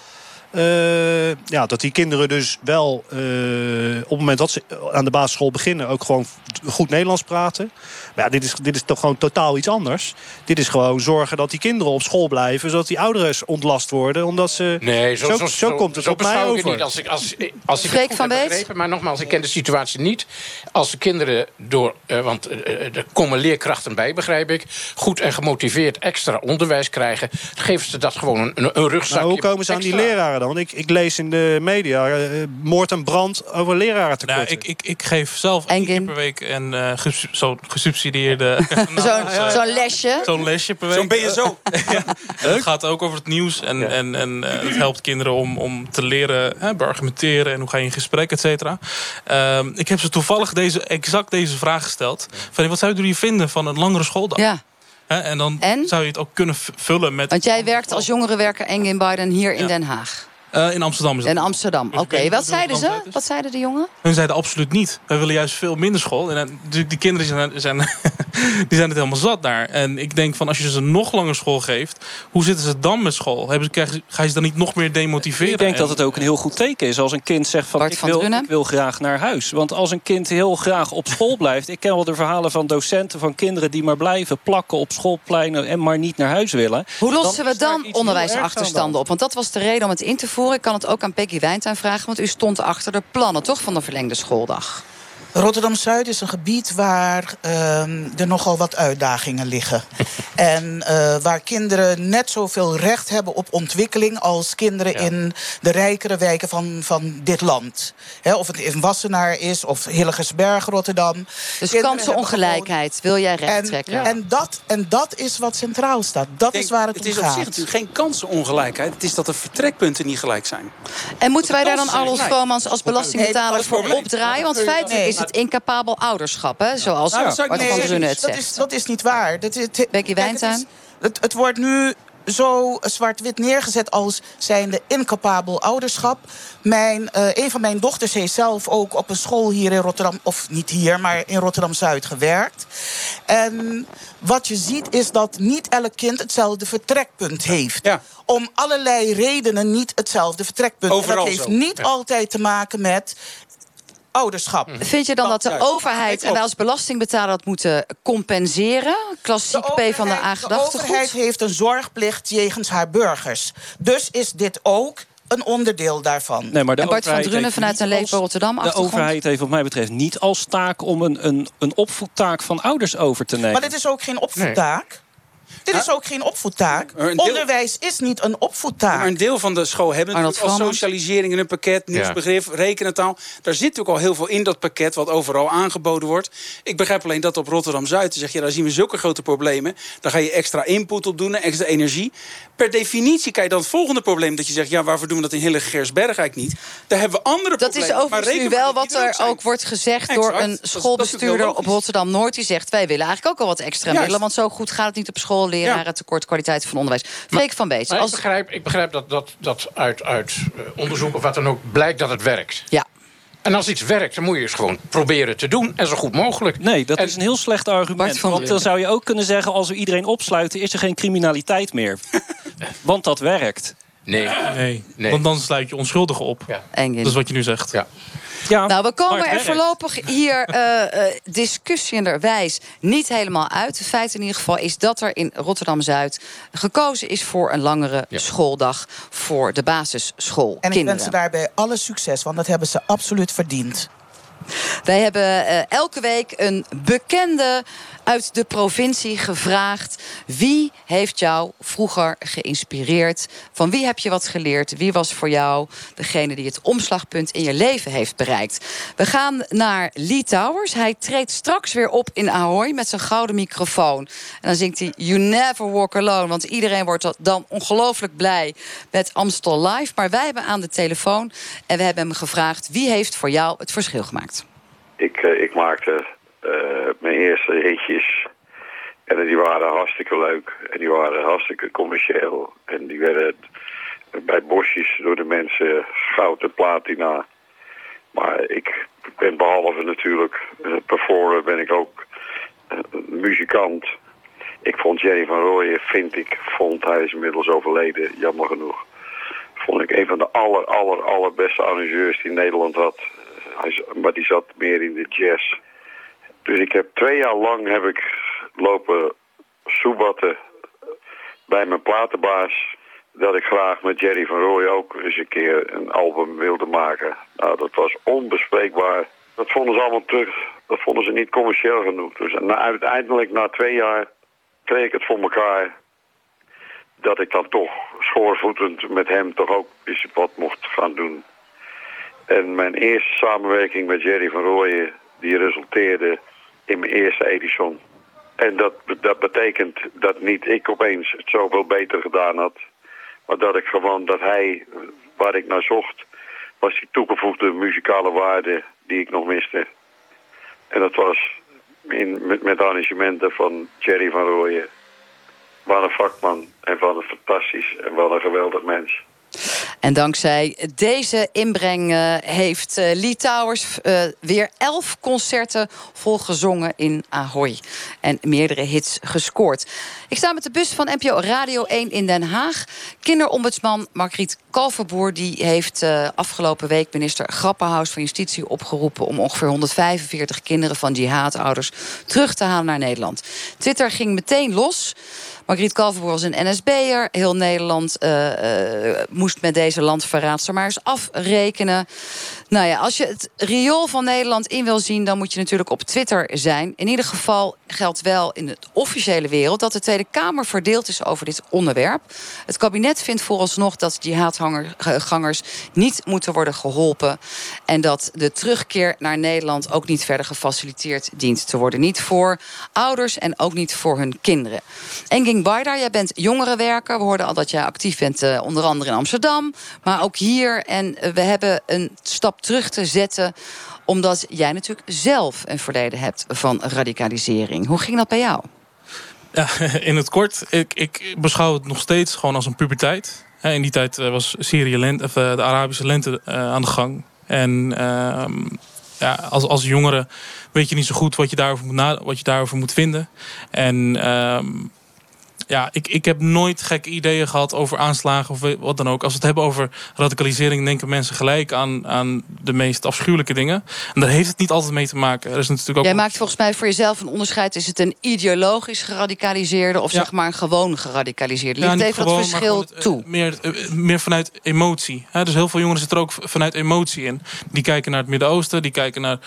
Uh, ja, dat die kinderen dus wel uh, op het moment dat ze aan de basisschool beginnen ook gewoon goed Nederlands praten. Maar ja, dit is, dit is toch gewoon totaal iets anders. Dit is gewoon zorgen dat die kinderen op school blijven, zodat die ouderen ontlast worden, omdat ze... Nee, zo, zo, zo, zo komt het zo op mij ik over. het niet. Als ik, als, als ik Freek het goed van heb Beet? begrepen, maar nogmaals, ik ken de situatie niet. Als de kinderen door, uh, want uh, er komen leerkrachten bij, begrijp ik, goed en gemotiveerd extra onderwijs krijgen, geven ze dat gewoon een, een, een rugzakje. Nou, hoe komen ze aan die extra? leraren dan? Want ik, ik lees in de media uh, moord en brand over leraren tekorten. Nou, ik, ik, ik geef zelf één keer per week een uh, ges, zo'n gesubsidieerde... nou, Zo'n uh, zo lesje? Zo'n lesje per week. Zo'n ben je zo. Ja. Het gaat ook over het nieuws en, ja. en, en uh, het helpt kinderen om, om te leren hè, beargumenteren en hoe ga je in gesprek, et cetera. Uh, ik heb ze toevallig deze, exact deze vraag gesteld. Van, wat zouden jullie vinden van een langere schooldag? Ja. He, en dan en? zou je het ook kunnen vullen met... Want jij werkt als jongerenwerker Engin Biden hier in ja. Den Haag. Uh, in Amsterdam is dat. In Amsterdam, oké. Okay. Wat zeiden ze? Wat zeiden de jongen? Hun zeiden absoluut niet. Wij willen juist veel minder school. En uh, die kinderen zijn, zijn, die zijn het helemaal zat daar. En ik denk van als je ze nog langer school geeft, hoe zitten ze dan met school? Hebben ze, ga je ze dan niet nog meer demotiveren? Ik denk en... dat het ook een heel goed teken is als een kind zegt van, ik wil, ik wil graag naar huis. Want als een kind heel graag op school blijft... Ik ken wel de verhalen van docenten, van kinderen die maar blijven plakken op schoolpleinen en maar niet naar huis willen. Hoe lossen dan we dan onderwijsachterstanden op? Want dat was de reden om het in te voeren. Ik kan het ook aan Peggy Wijntuin vragen, want u stond achter de plannen, toch, van de verlengde schooldag? Rotterdam-Zuid is een gebied waar uh, er nogal wat uitdagingen liggen. En uh, waar kinderen net zoveel recht hebben op ontwikkeling als kinderen ja. in de rijkere wijken van, van dit land. He, of het in Wassenaar is of Hillegersberg, Rotterdam. Dus kansenongelijkheid gewoon... wil jij recht en, trekken? Ja. En, dat, en dat is wat centraal staat. Dat denk, is waar het, het om gaat. Het is op zich natuurlijk geen kansenongelijkheid. Het is dat de vertrekpunten niet gelijk zijn. En moeten wij daar dan Arnold Vromans als belastingbetaler voor opdraaien? Want feitelijk is het incapabel ouderschap, hè? Zoals nou, Bart nee, van Drunen het dat zegt. Is, dat is niet waar. Dat, het, Becky Wijntuin? Het, het, het wordt nu zo zwart-wit neergezet als zijnde incapabel ouderschap. Mijn, uh, een van mijn dochters heeft zelf ook op een school hier in Rotterdam... of niet hier, maar in Rotterdam-Zuid gewerkt. En wat je ziet is dat niet elk kind hetzelfde vertrekpunt heeft. Ja. Om allerlei redenen niet hetzelfde vertrekpunt. Overal en dat heeft zo. niet ja. altijd te maken met... ouderschap. Vind je dan dat de overheid en wij als belastingbetaler dat moeten compenseren? Klassiek P van de A gedachtegoed? De overheid heeft een zorgplicht jegens haar burgers. Dus is dit ook een onderdeel daarvan. Nee, maar de en Bart van Drunen vanuit een Leefbaar Rotterdam achtergrond. De overheid heeft wat mij betreft niet als taak om een, een, een opvoedtaak van ouders over te nemen. Maar dit is ook geen opvoedtaak. Nee. Dit is ook geen opvoedtaak. Deel... Onderwijs is niet een opvoedtaak. Maar een deel van de school hebben natuurlijk als socialisering in een pakket, nieuwsbegrip, ja. rekenentaal. Daar zit natuurlijk al heel veel in dat pakket wat overal aangeboden wordt. Ik begrijp alleen dat op Rotterdam-Zuid, zeg je, daar zien we zulke grote problemen. Daar ga je extra input op doen, extra energie. Per definitie kan je dan het volgende probleem dat je zegt, ja, waarvoor doen we dat in Hillegersberg eigenlijk niet? Daar hebben we andere dat problemen. Dat is overigens nu wel wat er ook wordt gezegd exact. door een schoolbestuurder op Rotterdam-Noord. Die zegt, wij willen eigenlijk ook al wat extra Juist. middelen, want zo goed gaat het niet op school. Leraren, ja. tekort kwaliteit van onderwijs. Freek van Beet. Als... Ik begrijp, ik begrijp dat, dat, dat uit, uit uh, onderzoek of wat dan ook blijkt dat het werkt. Ja. En als iets werkt, dan moet je het gewoon proberen te doen. En zo goed mogelijk. Nee, dat en... is een heel slecht argument. Want dan zou je ook kunnen zeggen, als we iedereen opsluiten, is er geen criminaliteit meer. Want dat werkt. Nee. nee. nee. Want dan sluit je onschuldigen op. Ja. Dat is wat je nu zegt. Ja. Ja, nou, we komen er voorlopig hier uh, uh, discussieërwijs niet helemaal uit. Het feit in ieder geval is dat er in Rotterdam-Zuid gekozen is voor een langere ja. schooldag voor de basisschoolkinderen. En ik wens ze daarbij alle succes, want dat hebben ze absoluut verdiend. Wij hebben uh, elke week een bekende uit de provincie gevraagd. Wie heeft jou vroeger geïnspireerd? Van wie heb je wat geleerd? Wie was voor jou degene die het omslagpunt in je leven heeft bereikt? We gaan naar Lee Towers. Hij treedt straks weer op in Ahoy met zijn gouden microfoon. En dan zingt hij You Never Walk Alone. Want iedereen wordt dan ongelooflijk blij met Amstel Live. Maar wij hebben aan de telefoon en we hebben hem gevraagd, wie heeft voor jou het verschil gemaakt? Ik, uh, ik maakte uh, mijn eerste ritjes en die waren hartstikke leuk en die waren hartstikke commercieel. En die werden bij bosjes door de mensen goud en platina. Maar ik ben behalve natuurlijk uh, performer ben ik ook uh, muzikant. Ik vond Jenny van Rooyen, vind ik, vond hij is inmiddels overleden, jammer genoeg. Vond ik natuurlijk een van de aller, aller, allerbeste arrangeurs die Nederland had. Hij, maar die zat meer in de jazz. Dus ik heb twee jaar lang heb ik lopen soebatten bij mijn platenbaas dat ik graag met Jerry van Rooij ook eens een keer een album wilde maken. Nou, dat was onbespreekbaar. Dat vonden ze allemaal terug. Dat vonden ze niet commercieel genoeg. Dus na, uiteindelijk, na twee jaar, kreeg ik het voor elkaar dat ik dan toch schoorvoetend met hem toch ook eens wat mocht gaan doen. En mijn eerste samenwerking met Jerry van Rooij, die resulteerde in mijn eerste Edison. En dat, dat betekent dat niet ik opeens het zoveel beter gedaan had, maar dat ik gewoon, dat hij, waar ik naar zocht, was die toegevoegde muzikale waarde die ik nog miste. En dat was in, met, met arrangementen van Jerry van Rooij. Wat een vakman en wat een fantastisch en wat een geweldig mens. En dankzij deze inbreng uh, heeft uh, Lee Towers uh, weer elf concerten volgezongen in Ahoy. En meerdere hits gescoord. Ik sta met de bus van N P O Radio één in Den Haag. Kinderombudsman Margriet Kalverboer die heeft uh, afgelopen week minister Grapperhaus van Justitie opgeroepen om ongeveer honderdvijfenveertig kinderen van jihaadouders terug te halen naar Nederland. Twitter ging meteen los. Margriet Kalverboer was een N S B'er. Heel Nederland uh, uh, moest met deze landverraadster maar eens afrekenen. Nou ja, als je het riool van Nederland in wil zien, dan moet je natuurlijk op Twitter zijn. In ieder geval geldt wel in de officiële wereld dat de Tweede Kamer verdeeld is over dit onderwerp. Het kabinet vindt vooralsnog dat jihadgangers niet moeten worden geholpen. En dat de terugkeer naar Nederland ook niet verder gefaciliteerd dient te worden. Niet voor ouders en ook niet voor hun kinderen. Engin Baydar, jij bent jongerenwerker. We hoorden al dat jij actief bent uh, onder andere in Amsterdam. Maar ook hier. En uh, we hebben een stap terug te zetten, omdat jij natuurlijk zelf een verleden hebt van radicalisering. Hoe ging dat bij jou? Ja, in het kort, ik, ik beschouw het nog steeds gewoon als een puberteit. In die tijd was Syrië lente, of de Arabische lente aan de gang. En uh, ja, als, als jongere weet je niet zo goed wat je daarover moet, na, wat je daarover moet vinden. En uh, ja, ik, ik heb nooit gekke ideeën gehad over aanslagen of wat dan ook. Als we het hebben over radicalisering, denken mensen gelijk aan, aan de meest afschuwelijke dingen. En daar heeft het niet altijd mee te maken. Er is natuurlijk ook Jij maakt volgens mij voor jezelf een onderscheid. Is het een ideologisch geradicaliseerde of ja. zeg maar een gewoon geradicaliseerde? Ligt ja, even gewoon, dat verschil het, toe? Meer, meer vanuit emotie. Hè? Dus heel veel jongeren zitten er ook vanuit emotie in. Die kijken naar het Midden-Oosten, die kijken naar,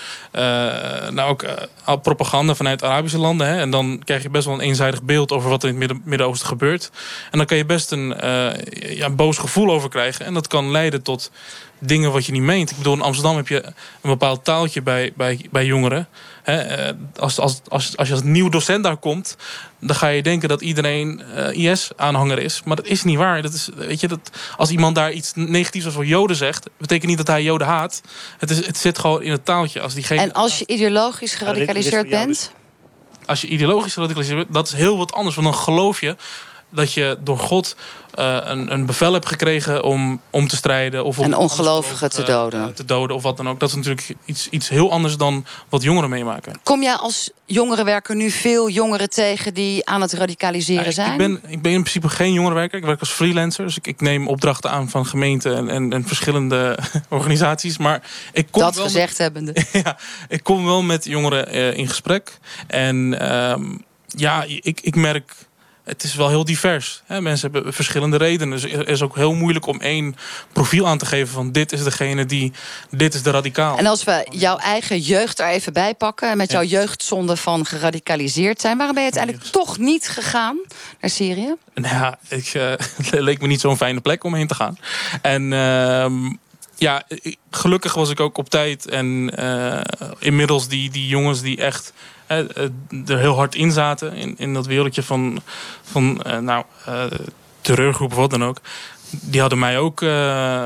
uh, naar ook uh, propaganda vanuit Arabische landen. Hè? En dan krijg je best wel een eenzijdig beeld over wat er in het Midden Midden-Oosten gebeurt. En dan kan je best een, uh, ja, een boos gevoel over krijgen. En dat kan leiden tot dingen wat je niet meent. Ik bedoel, in Amsterdam heb je een bepaald taaltje bij, bij, bij jongeren. He, als, als, als, als je als nieuw docent daar komt, dan ga je denken dat iedereen uh, I S-aanhanger is. Maar dat is niet waar. Dat is, weet je, dat, als iemand daar iets negatiefs over Joden zegt, betekent niet dat hij Joden haat. Het, is, het zit gewoon in het taaltje. Als diegene, en als je ideologisch geradicaliseerd bent? Als je ideologisch geradicaliseerd bent, dat is heel wat anders. Want dan geloof je dat je door God uh, een, een bevel hebt gekregen om, om te strijden. Of om en ongelovigen te doden. Uh, te doden of wat dan ook. Dat is natuurlijk iets, iets heel anders dan wat jongeren meemaken. Kom jij als jongerenwerker nu veel jongeren tegen die aan het radicaliseren ja, zijn? Ik ben, ik ben in principe geen jongerenwerker. Ik werk als freelancer. Dus ik, ik neem opdrachten aan van gemeenten en, en, en verschillende organisaties. Maar ik kom dat wel gezegd met, hebbende. Ja, ik kom wel met jongeren uh, in gesprek. En um, ja, ik, ik merk, het is wel heel divers. Hè? Mensen hebben verschillende redenen. Dus het is ook heel moeilijk om één profiel aan te geven van dit is degene die, dit is de radicaal. En als we jouw eigen jeugd er even bij pakken, met jouw ja. jeugdzonde van geradicaliseerd zijn, waarom ben je uiteindelijk ja. toch niet gegaan naar Syrië? Nou ja, ik, uh, het leek me niet zo'n fijne plek om heen te gaan. En uh, ja, gelukkig was ik ook op tijd. En uh, inmiddels die, die jongens die echt uh, er heel hard in zaten in, in dat wereldje van, van uh, nou, uh, terreurgroep of wat dan ook. Die hadden mij ook, uh, uh,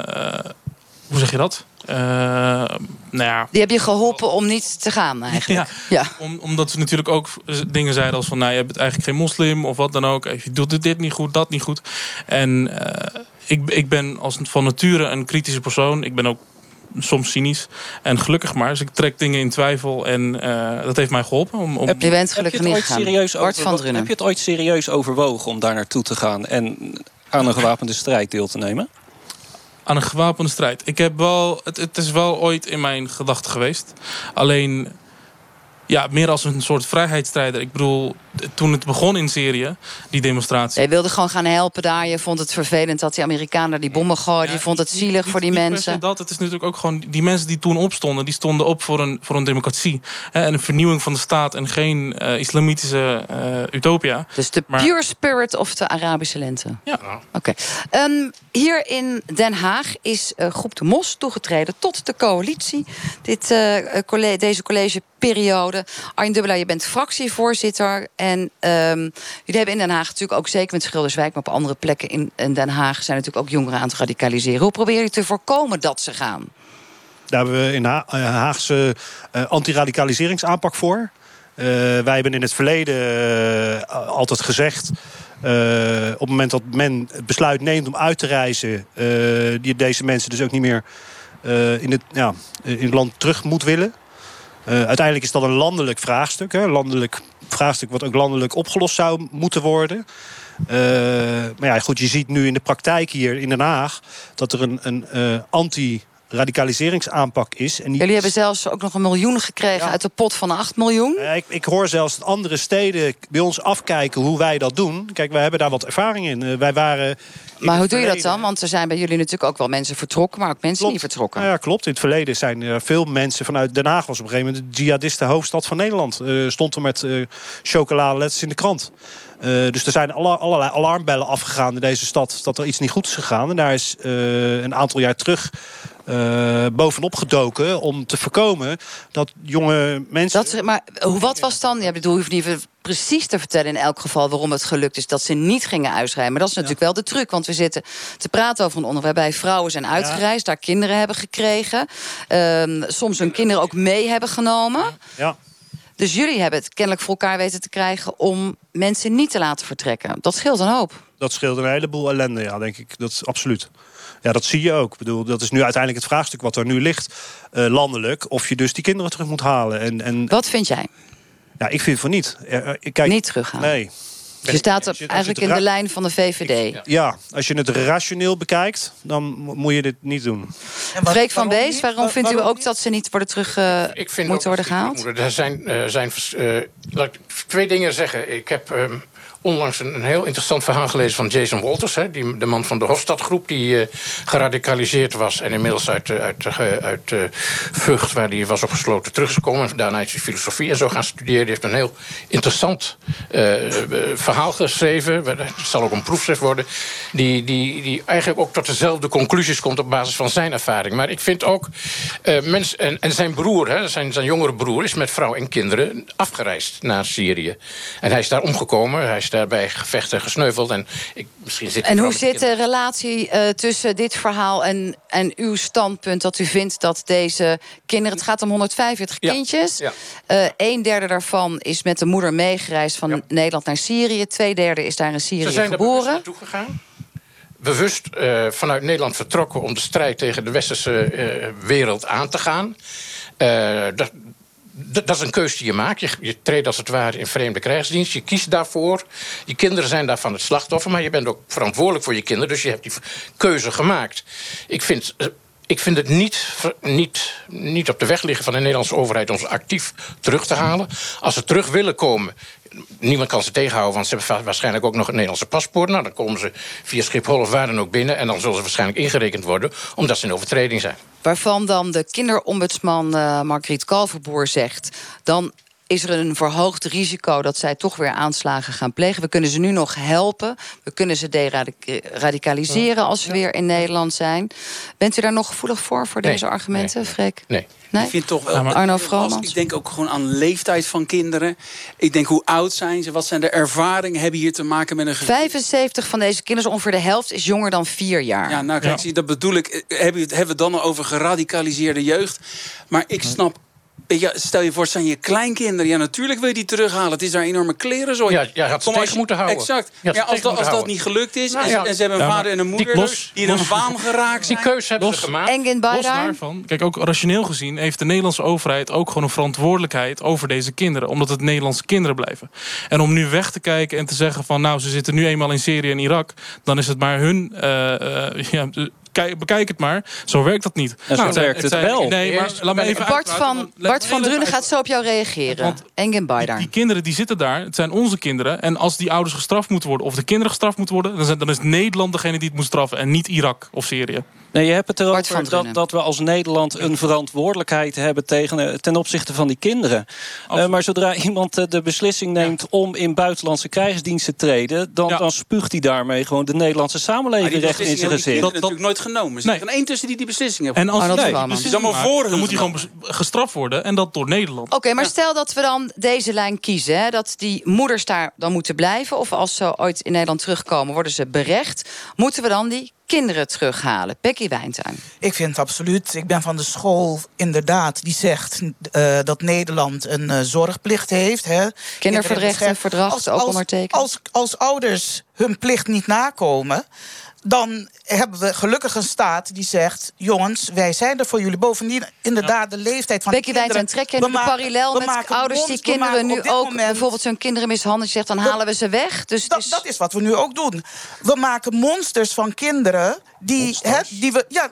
hoe zeg je dat? Uh, nou ja. Die heb je geholpen om niet te gaan eigenlijk. Ja, ja. Om, omdat ze natuurlijk ook dingen zeiden als van, nou, je bent eigenlijk geen moslim of wat dan ook. Je doet dit niet goed, dat niet goed. En uh, ik, ik ben als van nature een kritische persoon. Ik ben ook soms cynisch. En gelukkig maar. Dus ik trek dingen in twijfel. En uh, dat heeft mij geholpen. Om, om... Heb je bent gelukkig niet gegaan. Bart van Drunen. Heb je het ooit serieus overwogen om daar naartoe te gaan en aan een gewapende strijd deel te nemen? aan een gewapende strijd. Ik heb wel, het, het is wel ooit in mijn gedachten geweest. Alleen, ja, meer als een soort vrijheidsstrijder. Ik bedoel, toen het begon in Syrië, die demonstratie. Je wilde gewoon gaan helpen daar. Je vond het vervelend dat die Amerikanen die bommen gooiden. Je vond het zielig niet, voor die niet mensen. Dat, het is natuurlijk ook gewoon die mensen die toen opstonden. Die stonden op voor een, voor een democratie. Hè, en een vernieuwing van de staat. En geen uh, islamitische uh, utopia. Dus de maar, pure spirit of de Arabische lente. Ja. Oké. Okay. Um, hier in Den Haag is uh, groep De Mos toegetreden tot de coalitie. Dit, uh, college, deze collegeperiode. Arjen Dubbelaar, je bent fractievoorzitter. En um, jullie hebben in Den Haag natuurlijk ook zeker met Schilderswijk, maar op andere plekken in, in Den Haag zijn natuurlijk ook jongeren aan het radicaliseren. Hoe probeer je te voorkomen dat ze gaan? Daar hebben we in Ha- Haagse uh, antiradicaliseringsaanpak voor. Uh, wij hebben in het verleden uh, altijd gezegd, Uh, op het moment dat men het besluit neemt om uit te reizen, uh, die deze mensen dus ook niet meer uh, in, het, ja, in het land terug moet willen. Uh, uiteindelijk is dat een landelijk vraagstuk. Hè, een landelijk vraagstuk wat ook landelijk opgelost zou moeten worden. Uh, maar ja, goed, je ziet nu in de praktijk hier in Den Haag dat er een, een uh, anti radicaliseringsaanpak is. En die... Jullie hebben zelfs ook nog een miljoen gekregen ja. uit de pot van acht miljoen. Uh, ik, ik hoor zelfs dat andere steden bij ons afkijken hoe wij dat doen. Kijk, wij hebben daar wat ervaring in. Uh, wij waren in maar hoe doe verleden... je dat dan? Want er zijn bij jullie natuurlijk ook wel mensen vertrokken, maar ook mensen klopt. niet vertrokken. Ja, klopt. In het verleden zijn er veel mensen vanuit Den Haag, was op een gegeven moment de jihadistenhoofdstad van Nederland. Uh, stond er met uh, chocoladeletters in de krant. Uh, dus er zijn alle, allerlei alarmbellen afgegaan in deze stad dat er iets niet goed is gegaan. En daar is uh, een aantal jaar terug Uh, bovenop gedoken om te voorkomen dat jonge mensen... Dat, maar wat was dan... Ja, bedoel, je hoeft niet even precies te vertellen in elk geval waarom het gelukt is dat ze niet gingen uitrijden. Maar dat is natuurlijk ja. wel de truc, want we zitten te praten over een onderwerp waarbij vrouwen zijn uitgereisd, ja. daar kinderen hebben gekregen, uh, soms hun kinderen ook mee hebben genomen. Ja. Dus jullie hebben het kennelijk voor elkaar weten te krijgen om mensen niet te laten vertrekken. Dat scheelt een hoop. Dat scheelt een heleboel ellende, ja, denk ik. Dat is absoluut. Ja, dat zie je ook. Ik bedoel, dat is nu uiteindelijk het vraagstuk wat er nu ligt, uh, landelijk, of je dus die kinderen terug moet halen. En, en... Wat vind jij? Ja, ik vind van niet. Uh, kijk, niet terughalen? Nee. Je staat op, eigenlijk in de lijn van de V V D. Ik, ja, als je het rationeel bekijkt, dan moet je dit niet doen. Freek van Bees, waarom Waar, vindt u ook niet? dat ze niet worden terug uh, ik vind moeten worden gehaald? Er zijn, uh, zijn uh, laat ik twee dingen zeggen. Ik heb uh, onlangs een, een heel interessant verhaal gelezen van Jason Walters, hè, die, de man van de Hofstadgroep, die uh, geradicaliseerd was en inmiddels uit, uh, uit, uh, uit uh, Vught, waar hij was opgesloten, terug is gekomen. En daarna is hij filosofie en zo gaan studeren. Die heeft een heel interessant uh, verhaal geschreven. Het zal ook een proefschrift worden. Die, die, die eigenlijk ook tot dezelfde conclusies komt op basis van zijn ervaring. Maar ik vind ook, uh, mens, en, en zijn broer, hè, zijn, zijn jongere broer, is met vrouw en kinderen afgereisd naar Syrië. En hij is daar omgekomen. Hij is daarbij gevechten gesneuveld. En, ik, misschien zit en hoe zit de relatie uh, tussen dit verhaal en, en uw standpunt dat u vindt dat deze kinderen... Het gaat om honderdvijfenveertig ja. kindjes. Ja. Uh, een derde daarvan is met de moeder meegereisd van ja. Nederland naar Syrië. Twee derde is daar in Syrië geboren. Ze zijn geboren. er bewust naartoe gegaan. Bewust uh, vanuit Nederland vertrokken om de strijd tegen de westerse uh, wereld aan te gaan. Uh, dat, dat is een keuze die je maakt. Je, je treedt als het ware in vreemde krijgsdienst. Je kiest daarvoor. Je kinderen zijn daarvan het slachtoffer. Maar je bent ook verantwoordelijk voor je kinderen. Dus je hebt die keuze gemaakt. Ik vind... Uh, Ik vind het niet, niet, niet op de weg liggen van de Nederlandse overheid om ze actief terug te halen. Als ze terug willen komen, niemand kan ze tegenhouden, want ze hebben waarschijnlijk ook nog een Nederlandse paspoort. Nou, dan komen ze via Schiphol of waar dan ook binnen en dan zullen ze waarschijnlijk ingerekend worden omdat ze in overtreding zijn. Waarvan dan de kinderombudsman uh, Margriet Kalverboer zegt, dan is er een verhoogd risico dat zij toch weer aanslagen gaan plegen. We kunnen ze nu nog helpen. We kunnen ze deradicaliseren als ze ja. weer in Nederland zijn. Bent u daar nog gevoelig voor, voor nee, deze argumenten, nee, Freek? Nee. Nee? Ik vind toch wel, ja, maar Arno Vromans. Ik denk ook gewoon aan de leeftijd van kinderen. Ik denk, hoe oud zijn ze? Wat zijn de ervaringen? Hebben hier te maken met een... vijfenzeventig van deze kinderen, ongeveer de helft, is jonger dan vier jaar. Ja, nou kijk, ja. dat bedoel ik. Hebben we het dan al over geradicaliseerde jeugd? Maar ik snap... Ja, stel je voor, het zijn je kleinkinderen. Ja, natuurlijk wil je die terughalen. Het is daar enorme klerenzooi. Ja, ja, had ze tegen je, moeten houden. Exact. Ja, ja, als dat, als dat niet gelukt is, nou, en, ja. en ze hebben een ja, vader en een moeder die, los, die in een waan geraakt zijn. Die keuze hebben los, ze gemaakt. Engin los daarvan, kijk, ook rationeel gezien heeft de Nederlandse overheid ook gewoon een verantwoordelijkheid over deze kinderen. Omdat het Nederlandse kinderen blijven. En om nu weg te kijken en te zeggen van, nou, ze zitten nu eenmaal in Syrië en Irak, dan is het maar hun... Uh, uh, ja, kijk, bekijk het maar. Zo werkt dat niet. En zo Nou, werkt het zijn, wel. Nee, maar laat me even Bart uitpraten, van, want- Bart van even Drunen uit- gaat zo op jou reageren. Want Engin Baydar. Die kinderen die zitten daar, het zijn onze kinderen. En als die ouders gestraft moeten worden, of de kinderen gestraft moeten worden... dan, zijn, dan is Nederland degene die het moet straffen en niet Irak of Syrië. Nee, je hebt het van erover Drunen. dat, dat we als Nederland een verantwoordelijkheid hebben tegen, eh, ten opzichte van die kinderen. Uh, maar zodra iemand uh, de beslissing neemt ja. om in buitenlandse krijgsdienst te treden, dan, ja. dan spuugt hij daarmee gewoon de Nederlandse samenleving recht in zijn gezicht. Dat is natuurlijk nooit genomen. Er is geen één tussen die die beslissing hebben. En als nee, nee, dus is allemaal voor dan moet hij gewoon gestraft worden en dat door Nederland. Oké, okay, maar ja. stel dat we dan deze lijn kiezen, hè, dat die moeders daar dan moeten blijven, of als ze ooit in Nederland terugkomen, worden ze berecht. Moeten we dan die kinderen terughalen? Becky Wijntuin. Ik vind het absoluut. Ik ben van de school inderdaad die zegt uh, dat Nederland een uh, zorgplicht heeft. Hè. Kinderrechtenverdrag ook als, ondertekend. Als, als ouders hun plicht niet nakomen, dan hebben we gelukkig een staat die zegt, jongens, wij zijn er voor jullie. Bovendien inderdaad de leeftijd van Becky de kinderen. Wijntuin, trek je nu de parallel met ouders die mond, kinderen nu ook moment, bijvoorbeeld zo'n kinderen mishandelen, zegt dan halen we ze weg. Dus dat, is... dat is wat we nu ook doen. We maken monsters van kinderen die, hè, die we ja,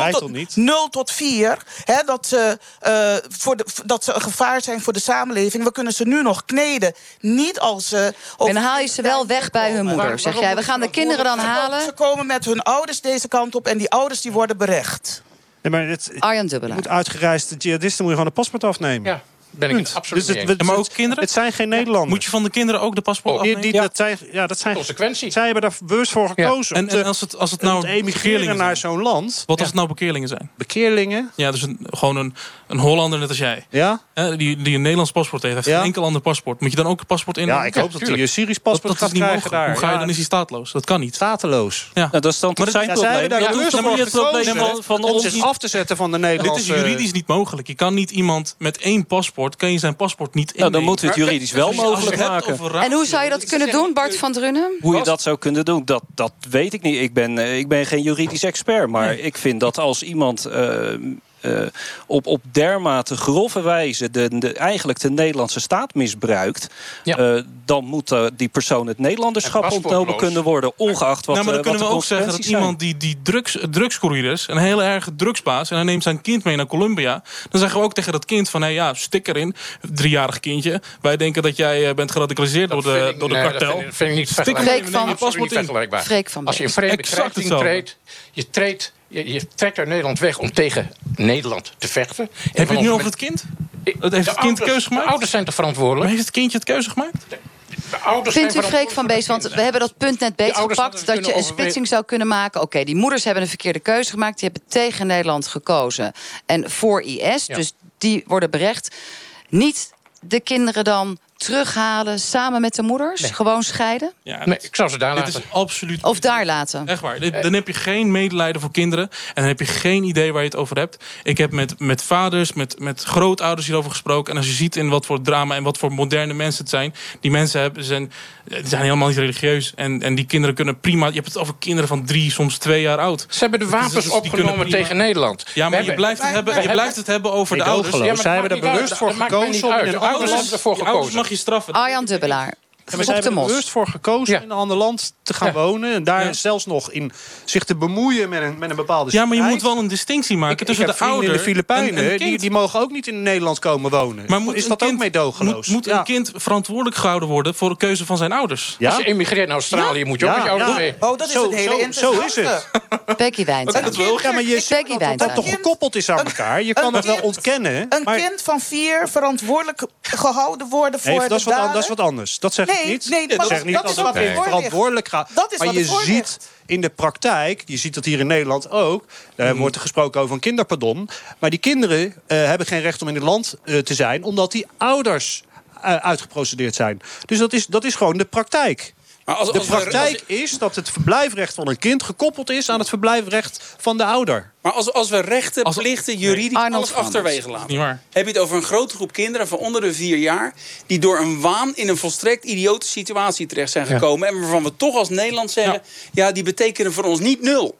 nul tot vier, hè, dat, ze, uh, voor de, dat ze een gevaar zijn voor de samenleving. We kunnen ze nu nog kneden. Niet als ze. En dan haal je ze wel weg bij hun moeder, zeg jij. We gaan de kinderen dan halen. Ze komen met hun ouders deze kant op en die ouders die worden berecht. Nee, maar het, Arjan Dubbelaar. Moet uitgereisde jihadisten moet je gewoon een paspoort afnemen. Ja. Ben ik het absoluut dus niet het, eens. Maar ook kinderen? Het zijn geen Nederlanders. Moet je van de kinderen ook de paspoort oh, die, afnemen? die, dat zijn, ja, dat zijn consequentie. Zij hebben daar bewust voor gekozen. Ja. En, en als het, als het nou emigreren naar zo'n land. Wat als het nou bekeerlingen zijn? Bekeerlingen? Ja, dus een, gewoon een, een Hollander net als jij. Ja? Eh, die, die een Nederlands paspoort heeft. Heeft ja? geen enkel ander paspoort. Moet je dan ook een paspoort in? Ja, ik hoop ja, dat hij een Syrisch paspoort dat, dat gaat is niet krijgen daar. Hoe ga je ja. dan? Is hij staatloos? Dat kan niet. Stateloos. Ja. Nou, dat is dan toch zijn ja, probleem. Daar dat hoeft toch niet het probleem van, van om ons zich af te zetten van de Nederlandse... Dit is juridisch niet mogelijk. Je kan niet iemand met één paspoort, kan je zijn paspoort niet innemen. Nou, dan moeten we het juridisch wel mogelijk maken. En hoe zou je dat kunnen doen, Bart van Drunen? Hoe je dat zou kunnen doen, dat, dat weet ik niet. Ik ben, uh, ik ben geen juridisch expert, maar nee. ik vind dat als iemand... Uh, Uh, op, op dermate grove wijze de, de, eigenlijk de Nederlandse staat misbruikt... Ja. Uh, dan moet uh, die persoon het Nederlanderschap ontnomen kunnen worden... ongeacht wat, nou, maar dan uh, kunnen wat we ook zeggen dat zijn. iemand die, die drugs, drugscourier is... een heel erg drugsbaas en hij neemt zijn kind mee naar Colombia... dan zeggen we ook tegen dat kind van... hey, ja, stik erin, driejarig kindje. Wij denken dat jij uh, bent geradicaliseerd door de, door de nee, kartel. Dat vind, vind ik niet vergelijkbaar. vergelijkbaar. Freek van Als je een vreemde krijgsdienst treedt... je treedt Je, je trekt uit Nederland weg om tegen Nederland te vechten. Heb je het nu over het kind? Het heeft het kind de keuze gemaakt? De ouders zijn toch verantwoordelijk? Maar heeft het kindje het keuze gemaakt? De, de ouders Vindt zijn u, Freek van Beest, want we hebben dat punt net beet gepakt... dat je een splitsing zou kunnen maken. Oké, okay, die moeders hebben een verkeerde keuze gemaakt. Die hebben tegen Nederland gekozen. En voor I S, ja. dus die worden berecht. Niet de kinderen dan terughalen samen met de moeders? Nee. Gewoon scheiden? Ja, nee, ik zou ze daar dit laten. Is absoluut of daar laten. Echt waar. Dit, dan heb je geen medelijden voor kinderen. En dan heb je geen idee waar je het over hebt. Ik heb met, met vaders, met, met grootouders hierover gesproken. En als je ziet in wat voor drama en wat voor moderne mensen het zijn. Die mensen hebben, zijn, die zijn helemaal niet religieus. En, en die kinderen kunnen prima... Je hebt het over kinderen van drie, soms twee jaar oud. Ze hebben de wapens dus, dus opgenomen tegen Nederland. Ja, maar je blijft het hebben, je blijft het hebben over de ouders. Ja, zij hebben er bewust voor gekozen om in een ander land ervoor gekozen. Mag je straffen. Arjan Dubbelaar. Ja, maar zij hebben er bewust voor gekozen ja. in een ander land te gaan ja. wonen. En daar ja. zelfs nog in zich te bemoeien met een, met een bepaalde strijd. Ja, maar je moet wel een distinctie maken ik, tussen ik de ouder in de Filipijnen. En, en die, die mogen ook niet in Nederland komen wonen. Maar moet is dat kind, ook meedogenloos? Moet, moet ja. een kind verantwoordelijk gehouden worden voor de keuze van zijn ouders? Ja? Als je emigreert naar Australië, ja? moet je ook met je ouders mee. Oh, dat is zo, het hele interessante. Zo is het. Becky Wijntuin. Ja, maar je ziet dat dat toch gekoppeld is aan elkaar. Je kan het wel ontkennen. Een kind van vier verantwoordelijk gehouden worden voor de daden. Dat is wat anders. Dat zeg ik niet. Nee, dat zeg niet dat het verantwoordelijk gaat. Maar je ziet in de praktijk, je ziet dat hier in Nederland ook... daar wordt er gesproken over een kinderpardon. Maar die kinderen uh, hebben geen recht om in het land uh, te zijn... omdat die ouders uh, uitgeprocedeerd zijn. Dus dat is, dat is gewoon de praktijk. Maar als, als de praktijk we, als... is dat het verblijfrecht van een kind... gekoppeld is aan het verblijfrecht van de ouder. Maar als, als we rechten, als, plichten, juridisch nee, alles achterwege laten... heb je het over een grote groep kinderen van onder de vier jaar... die door een waan in een volstrekt idiote situatie terecht zijn gekomen... Ja. en waarvan we toch als Nederland zeggen... ja, ja die betekenen voor ons niet nul.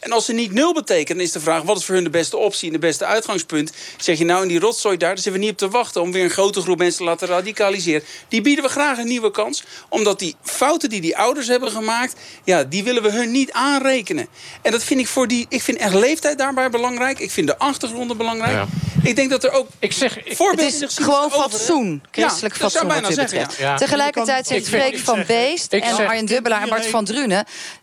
En als ze niet nul betekenen, is de vraag, wat is voor hun de beste optie en de beste uitgangspunt? Zeg je nou in die rotzooi daar, daar zitten we niet op te wachten om weer een grote groep mensen te laten radicaliseren. Die bieden we graag een nieuwe kans, omdat die fouten die die ouders hebben gemaakt, ja, die willen we hun niet aanrekenen. En dat vind ik voor die, ik vind echt leeftijd daarbij belangrijk. Ik vind de achtergronden belangrijk. Ja. Ik denk dat er ook ik zeg, ik, voorbeelden het is gewoon fatsoen, christelijk ja, fatsoen wat u zeggen, betreft. ja. Ja. Tegelijkertijd zegt Freek van Beest en zeg, Arjen Dubbelaar en Bart van Drunen,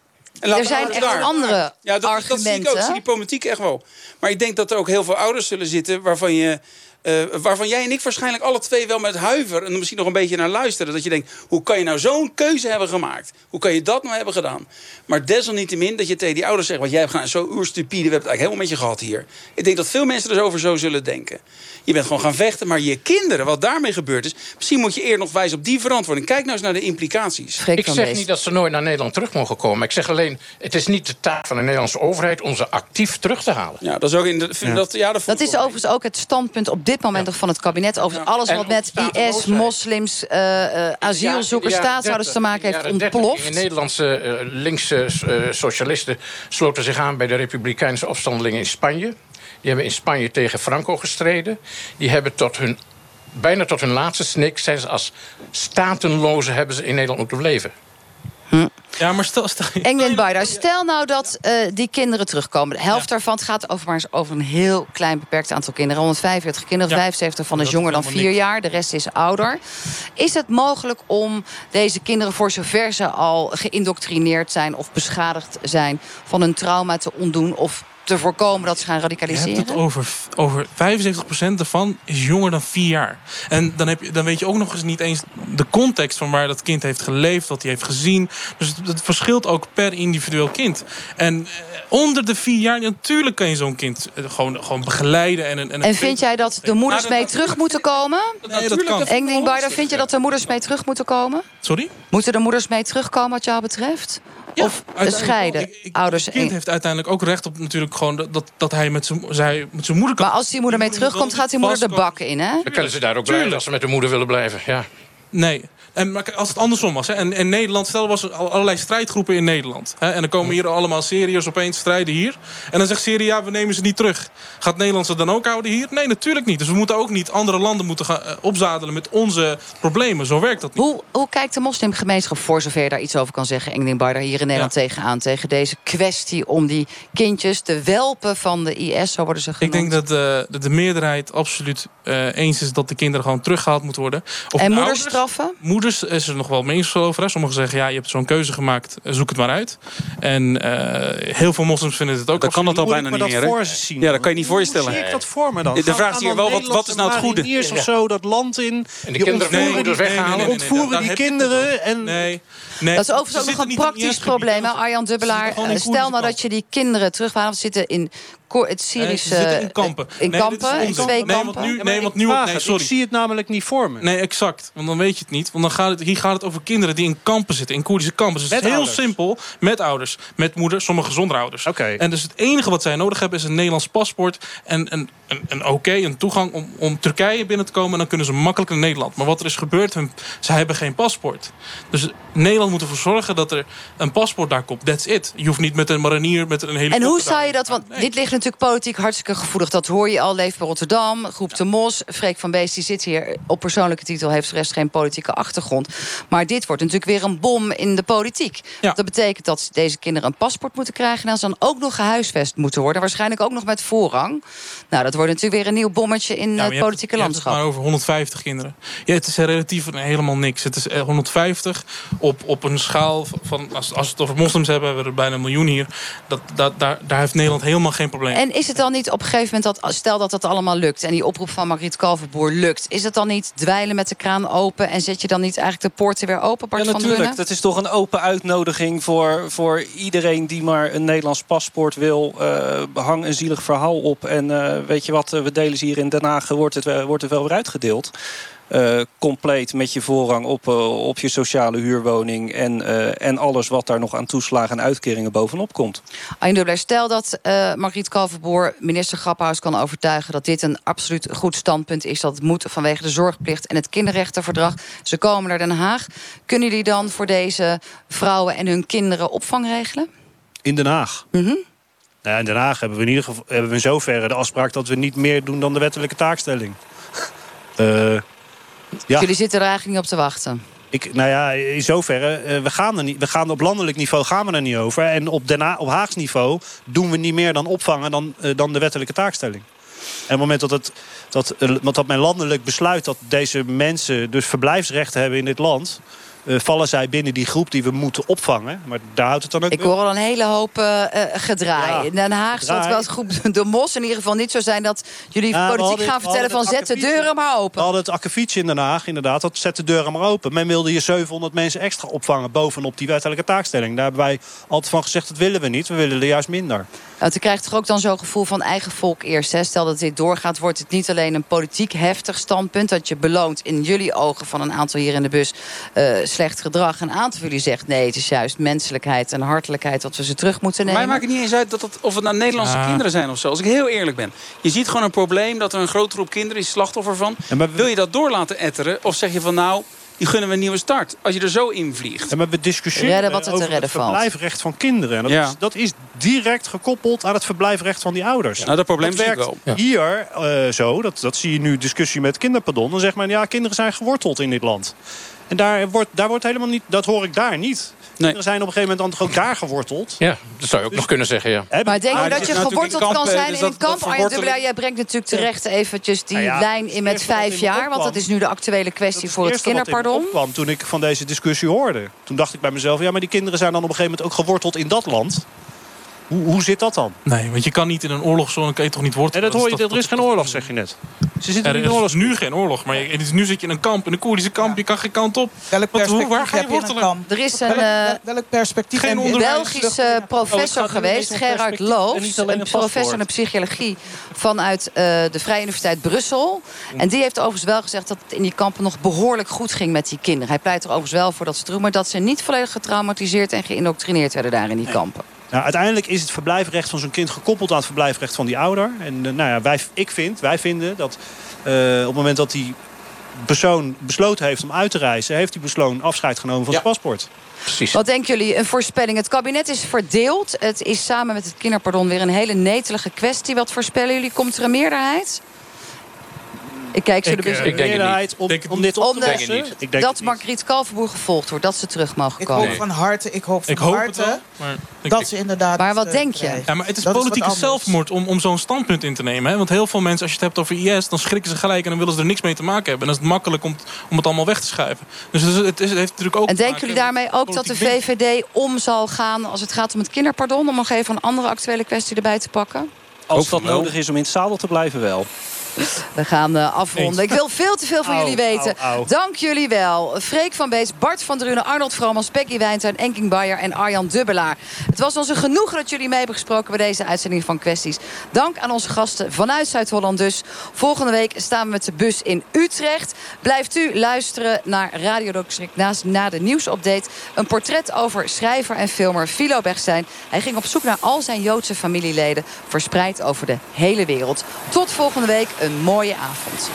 er zijn echt daar. andere ja, dat, argumenten. Dat zie ik ook, ik zie die politiek echt wel. Maar ik denk dat er ook heel veel ouders zullen zitten waarvan je... Uh, waarvan jij en ik waarschijnlijk alle twee wel met huiver... en misschien nog een beetje naar luisteren. Dat je denkt, hoe kan je nou zo'n keuze hebben gemaakt? Hoe kan je dat nou hebben gedaan? Maar desalniettemin dat je tegen die ouders zegt... wat jij hebt gedaan, zo uurstupide, we hebben het eigenlijk helemaal met je gehad hier. Ik denk dat veel mensen er over zo zullen denken. Je bent gewoon gaan vechten, maar je kinderen, wat daarmee gebeurd is... misschien moet je eerder nog wijzen op die verantwoording. Kijk nou eens naar de implicaties. Ik zeg niet dat ze nooit naar Nederland terug mogen komen. Ik zeg alleen, het is niet de taak van de Nederlandse overheid... om ze actief terug te halen. Ja, dat is ook in de, ja. Dat, ja, dat, dat is overigens ook het standpunt op dit moment ja. van het kabinet... over ja. alles wat met I S, moslims, uh, uh, asielzoekers, ja, staatshouders te maken heeft ontploft. De Nederlandse uh, linkse uh, socialisten sloten zich aan... bij de republikeinse opstandelingen in Spanje. Die hebben in Spanje tegen Franco gestreden. Die hebben tot hun, bijna tot hun laatste snik... zijn ze als statenlozen hebben ze in Nederland moeten leven. Hm. Ja, maar stel... stel England Baydar, stel nou dat uh, die kinderen terugkomen. De helft ja. daarvan, het gaat over, maar eens over een heel klein beperkt aantal kinderen. honderdvijfenveertig kinderen, ja. vijfenzeventig van is jonger dan vier jaar. De rest is ouder. Is het mogelijk om deze kinderen, voor zover ze al geïndoctrineerd zijn... of beschadigd zijn, van hun trauma te ontdoen... of te voorkomen dat ze gaan radicaliseren? Je hebt het over, over vijfenzeventig procent ervan is jonger dan vier jaar. En dan, heb je, dan weet je ook nog eens niet eens de context... van waar dat kind heeft geleefd, wat hij heeft gezien. Dus het, het verschilt ook per individueel kind. En eh, onder de vier jaar, natuurlijk kan je zo'n kind eh, gewoon, gewoon begeleiden. En, en, en vind jij dat de moeders mee terug moeten komen? Nee, dat kan. Engling Baydar, vind je dat de moeders mee terug moeten komen? Sorry? Moeten de moeders mee terugkomen wat jou betreft? Ja, of scheiden ik, ik, ouders? Het kind heeft uiteindelijk ook recht op natuurlijk gewoon dat, dat hij met zijn moeder kan. Maar als die moeder mee terugkomt, gaat die moeder de bak in, hè? Dan kunnen ze daar ook blijven als ze met de moeder willen blijven, ja. Nee. En maar als het andersom was, hè, en in Nederland, stel er was allerlei strijdgroepen in Nederland. Hè, en dan komen hier allemaal Syriërs opeens strijden hier. En dan zegt Syrië, ja, we nemen ze niet terug. Gaat Nederland ze dan ook houden hier? Nee, natuurlijk niet. Dus we moeten ook niet andere landen moeten gaan uh, opzadelen met onze problemen. Zo werkt dat niet. Hoe, hoe kijkt de moslimgemeenschap, voor zover je daar iets over kan zeggen, Engling Baydar, hier in Nederland ja. tegenaan, tegen deze kwestie om die kindjes, de welpen van de I S, zo worden ze genoemd? Ik denk dat de, de, de meerderheid absoluut uh, eens is dat de kinderen gewoon teruggehaald moeten worden. Of en moeders straffen? Moeders is er nog wel meningsverschil over. Hè. Sommigen zeggen, ja, je hebt zo'n keuze gemaakt, zoek het maar uit. En uh, heel veel moslims vinden het ook. Dat kan dat al bijna niet meer, voor zien, ja, dat kan je niet voorstellen. Hoe zie ik dat voor me dan? De, de vraag is hier wel, wat, wat is nou het goede? Eerst of zo dat land in. En de kinderen ontvoeren die, weghalen. Nee, nee, nee, nee, ontvoeren die kinderen. En nee, nee. Dat is overigens ook nog een praktisch probleem, Arjan Dubbelaar. Stel nou dat je die kinderen terughaalt. We zitten in het Syrische... Nee, in kampen. In nee, kampen, in twee nee, kampen. Want nu, nee, want nu... Nee, sorry. Ik zie het namelijk niet voor me. Nee, exact. Want dan weet je het niet. Want dan gaat het, hier gaat het over kinderen die in kampen zitten. In Koerdische kampen. Dus het is heel ouders. simpel. Met ouders. Met moeders. Sommigen zonder ouders. Okay. En dus het enige wat zij nodig hebben is een Nederlands paspoort. En een, een, een oké, okay, een toegang om, om Turkije binnen te komen. En dan kunnen ze makkelijk naar Nederland. Maar wat er is gebeurd, hun, zij hebben geen paspoort. Dus Nederland moet ervoor zorgen dat er een paspoort daar komt. That's it. Je hoeft niet met een marinier, met een helikopter... En hoe zou je dat... Want nee. dit ligt natuurlijk politiek hartstikke gevoelig. Dat hoor je al. Leeft bij Rotterdam. Groep de Mos. Freek van Beest die zit hier op persoonlijke titel. Heeft de rest geen politieke achtergrond. Maar dit wordt natuurlijk weer een bom in de politiek. Ja. Dat betekent dat deze kinderen een paspoort moeten krijgen. En als ze dan ook nog gehuisvest moeten worden. Waarschijnlijk ook nog met voorrang. Nou, dat wordt natuurlijk weer een nieuw bommetje in ja, het politieke hebt, landschap. Je hebt maar over honderdvijftig kinderen. Ja, het is relatief helemaal niks. Het is honderdvijftig op, op een schaal van... Als, als we het over moslims hebben, hebben we er bijna een miljoen hier. Dat, dat, daar, daar heeft Nederland helemaal geen probleem. En is het dan niet op een gegeven moment, dat stel dat dat allemaal lukt... en die oproep van Margriet Kalverboer lukt... is het dan niet dweilen met de kraan open... en zet je dan niet eigenlijk de poorten weer open, Bart ja, van Drunen? natuurlijk. Dat is toch een open uitnodiging voor, voor iedereen... die maar een Nederlands paspoort wil. Uh, hang een zielig verhaal op. En uh, weet je wat, we delen ze hier in Den Haag... wordt het, wordt het wel weer uitgedeeld. Uh, compleet met je voorrang op, uh, op je sociale huurwoning... En, uh, en alles wat daar nog aan toeslagen en uitkeringen bovenop komt. Arjen Dubbelaar, stel dat uh, Margriet Kalverboer minister Grapperhaus kan overtuigen... dat dit een absoluut goed standpunt is. Dat het moet vanwege de zorgplicht en het kinderrechtenverdrag. Ze komen naar Den Haag. Kunnen jullie dan voor deze vrouwen en hun kinderen opvang regelen? In Den Haag? Mm-hmm. Nou, in Den Haag hebben we in ieder geval hebben we in zoverre de afspraak dat we niet meer doen dan de wettelijke taakstelling. uh, ja. Jullie zitten er eigenlijk niet op te wachten. Ik, nou ja, in zoverre, uh, we, gaan er niet, we gaan op landelijk niveau gaan we er niet over. En op, Den Haag, op Haags niveau doen we niet meer dan opvangen dan, uh, dan de wettelijke taakstelling. En op het moment dat, het, dat, uh, dat men landelijk besluit dat deze mensen dus verblijfsrechten hebben in dit land, Uh, vallen zij binnen die groep die we moeten opvangen. Maar daar houdt het dan ook. Ik hoor al een hele hoop uh, gedraai. Ja, in Den Haag zal het wel het groep De Mos in ieder geval niet zo zijn dat jullie ja, politiek hadden, gaan vertellen van zet de deuren maar open. We hadden het akkefietje in Den Haag, inderdaad, dat zet de deuren maar open. Men wilde hier zevenhonderd mensen extra opvangen bovenop die wettelijke taakstelling. Daar hebben wij altijd van gezegd, dat willen we niet. We willen er juist minder. Want u krijgt toch ook dan zo'n gevoel van eigen volk eerst. Hè? Stel dat dit doorgaat, wordt het niet alleen een politiek heftig standpunt dat je beloont in jullie ogen van een aantal hier in de bus uh, slecht gedrag. Een aantal van jullie zegt nee, het is juist menselijkheid en hartelijkheid dat we ze terug moeten nemen. Mij maakt het niet eens uit dat het, of het nou Nederlandse ja. kinderen zijn of zo. Als ik heel eerlijk ben. Je ziet gewoon een probleem dat er een grote groep kinderen is slachtoffer van. Ja, maar... Wil je dat door laten etteren? Of zeg je van nou, die gunnen we een nieuwe start. Als je er zo in vliegt. Ja, maar we discussiëren wat het over het verblijfrecht van kinderen. En dat, ja. is, dat is direct gekoppeld aan het verblijfrecht van die ouders. Ja, nou, dat probleem dat werkt wel. Ja. Hier uh, zo, dat, dat zie je nu discussie met kinderpardon. Dan zegt men, ja, kinderen zijn geworteld in dit land. En daar wordt, daar wordt helemaal niet, dat hoor ik daar niet. Nee. Kinderen zijn op een gegeven moment dan ook daar geworteld. Ja, dat zou je ook dus, nog kunnen zeggen, ja. Maar denk je dat je geworteld kan zijn dus in een kamp? Arjen Dubbelaar, jij brengt natuurlijk terecht eventjes die nou ja, lijn in met vijf jaar. Want dat is nu de actuele kwestie voor het kinderpardon. Kwam toen ik van deze discussie hoorde. Toen dacht ik bij mezelf, ja, maar die kinderen zijn dan op een gegeven moment ook geworteld in dat land. Hoe, hoe zit dat dan? Nee, want je kan niet in een oorlogszone, kan je toch niet wortelen? En dat hoor je, dat, er is geen oorlog, zeg je net. Ze zitten er in oorlog. Er is nu geen oorlog, maar je, nu zit je in een kamp, in een Koerdische kamp, je kan geen kant op. Welk perspectief waar ga je wortelen? Er is een welk, welk perspectief geen Belgische professor oh, geweest, Gerard Loofs, een professor in de psychologie vanuit uh, de Vrije Universiteit Brussel. En die heeft overigens wel gezegd dat het in die kampen nog behoorlijk goed ging met die kinderen. Hij pleit er overigens wel voor dat ze terug, maar dat ze niet volledig getraumatiseerd en geïndoctrineerd werden daar in die kampen. Nou, uiteindelijk is het verblijfrecht van zo'n kind gekoppeld aan het verblijfrecht van die ouder. En uh, nou ja, wij, ik vind, wij vinden dat uh, op het moment dat die persoon besloten heeft om uit te reizen, heeft die persoon afscheid genomen van ja. zijn paspoort. Precies. Wat denken jullie? Een voorspelling. Het kabinet is verdeeld. Het is samen met het kinderpardon weer een hele netelige kwestie. Wat voorspellen jullie? Komt er een meerderheid? Ik kijk zo ik, de bus. Uh, ik denk het niet. Om, denk het om dit op te lossen. Ik denk dat Margriet Kalverboer gevolgd wordt. Dat ze terug mogen ik komen. Hoop van harte, ik hoop van ik hoop harte wel, maar dat ik, ze inderdaad... Maar wat denk je? Ja, maar het is dat politieke is zelfmoord om, om zo'n standpunt in te nemen. Hè? Want heel veel mensen, als je het hebt over I S... dan schrikken ze gelijk en dan willen ze er niks mee te maken hebben. En dan is het makkelijk om, om het allemaal weg te schuiven. Dus het, is, het, is, het heeft natuurlijk ook... En denken jullie daarmee ook dat de V V D om zal gaan als het gaat om het kinderpardon? Om nog even een andere actuele kwestie erbij te pakken? Als dat nodig is om in het zadel te blijven, wel. We gaan uh, afronden. Ik wil veel te veel van au, jullie weten. Au, au. Dank jullie wel. Freek van Bees, Bart van Drunen, Arnold Vromans, Peggy Wijntuin, Enking Bayer en Arjan Dubbelaar. Het was ons een genoegen dat jullie mee hebben gesproken bij deze uitzending van Kwesties. Dank aan onze gasten vanuit Zuid-Holland dus. Volgende week staan we met de bus in Utrecht. Blijft u luisteren naar Radio District naast na de nieuwsupdate. Een portret over schrijver en filmer Philo Bergstein. Hij ging op zoek naar al zijn Joodse familieleden, verspreid over de hele wereld. Tot volgende week. Een mooie avond.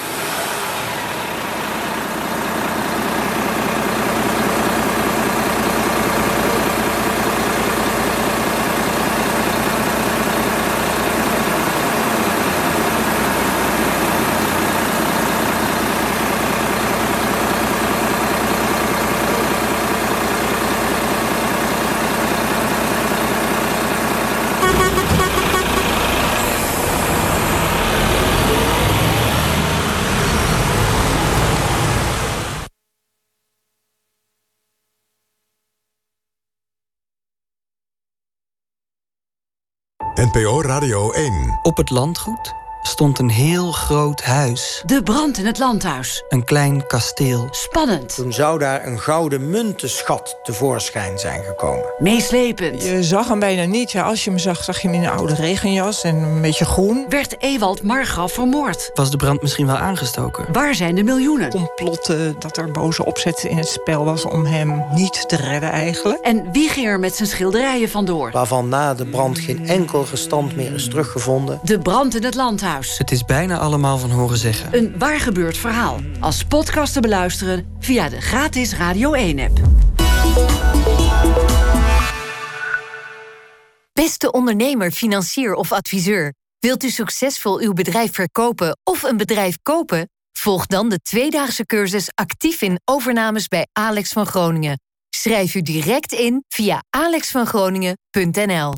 N P O Radio één. Op het landgoed stond een heel groot huis. De brand in het landhuis. Een klein kasteel. Spannend. Toen zou daar een gouden muntenschat tevoorschijn zijn gekomen. Meeslepend. Je zag hem bijna niet. Ja, als je hem zag, zag je hem in een oude regenjas en een beetje groen. Werd Ewald Margraf vermoord? Was de brand misschien wel aangestoken? Waar zijn de miljoenen? Complotten, dat er boze opzet in het spel was om hem niet te redden eigenlijk. En wie ging er met zijn schilderijen vandoor? Waarvan na de brand geen enkel restant meer is teruggevonden. De brand in het landhuis. Het is bijna allemaal van horen zeggen. Een waar gebeurd verhaal. Als podcast te beluisteren via de gratis Radio één app. Beste ondernemer, financier of adviseur. Wilt u succesvol uw bedrijf verkopen of een bedrijf kopen? Volg dan de tweedaagse cursus actief in overnames bij Alex van Groningen. Schrijf u direct in via alex van groningen punt n l.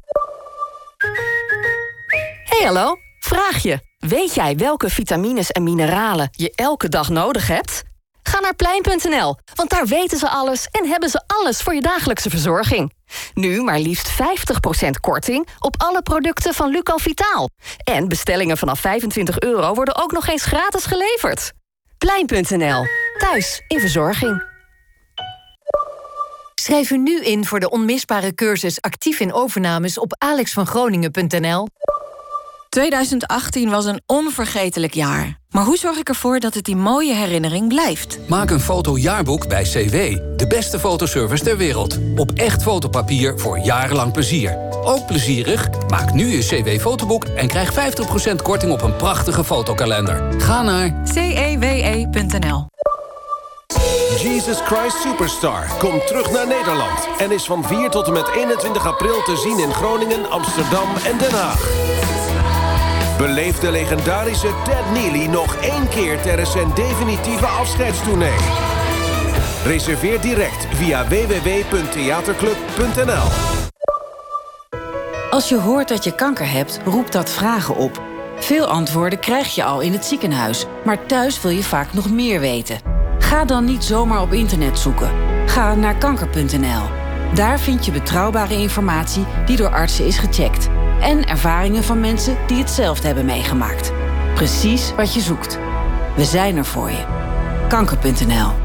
Hey, hallo. Vraagje. Weet jij welke vitamines en mineralen je elke dag nodig hebt? Ga naar plein punt n l, want daar weten ze alles en hebben ze alles voor je dagelijkse verzorging. Nu maar liefst vijftig procent korting op alle producten van Lucal Vitaal. En bestellingen vanaf vijfentwintig euro worden ook nog eens gratis geleverd. plein punt n l. Thuis in verzorging. Schrijf u nu in voor de onmisbare cursus actief in overnames op alex van groningen punt n l. tweeduizend achttien was een onvergetelijk jaar. Maar hoe zorg ik ervoor dat het die mooie herinnering blijft? Maak een fotojaarboek bij C W, de beste fotoservice ter wereld. Op echt fotopapier voor jarenlang plezier. Ook plezierig? Maak nu je C W-fotoboek en krijg vijftig procent korting op een prachtige fotokalender. Ga naar c e w e punt n l. Jesus Christ Superstar komt terug naar Nederland en is van vier tot en met eenentwintig april te zien in Groningen, Amsterdam en Den Haag. Beleef de legendarische Ted Neely nog één keer tijdens zijn definitieve afscheidstournee. Reserveer direct via w w w punt theaterclub punt n l. Als je hoort dat je kanker hebt, roept dat vragen op. Veel antwoorden krijg je al in het ziekenhuis, maar thuis wil je vaak nog meer weten. Ga dan niet zomaar op internet zoeken. Ga naar kanker punt n l. Daar vind je betrouwbare informatie die door artsen is gecheckt. En ervaringen van mensen die hetzelfde hebben meegemaakt. Precies wat je zoekt. We zijn er voor je. kanker punt n l.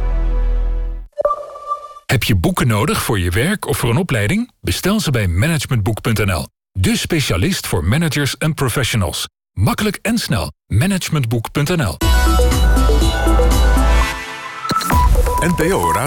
Heb je boeken nodig voor je werk of voor een opleiding? Bestel ze bij managementboek punt n l. De specialist voor managers en professionals. Makkelijk en snel. managementboek punt n l. N P O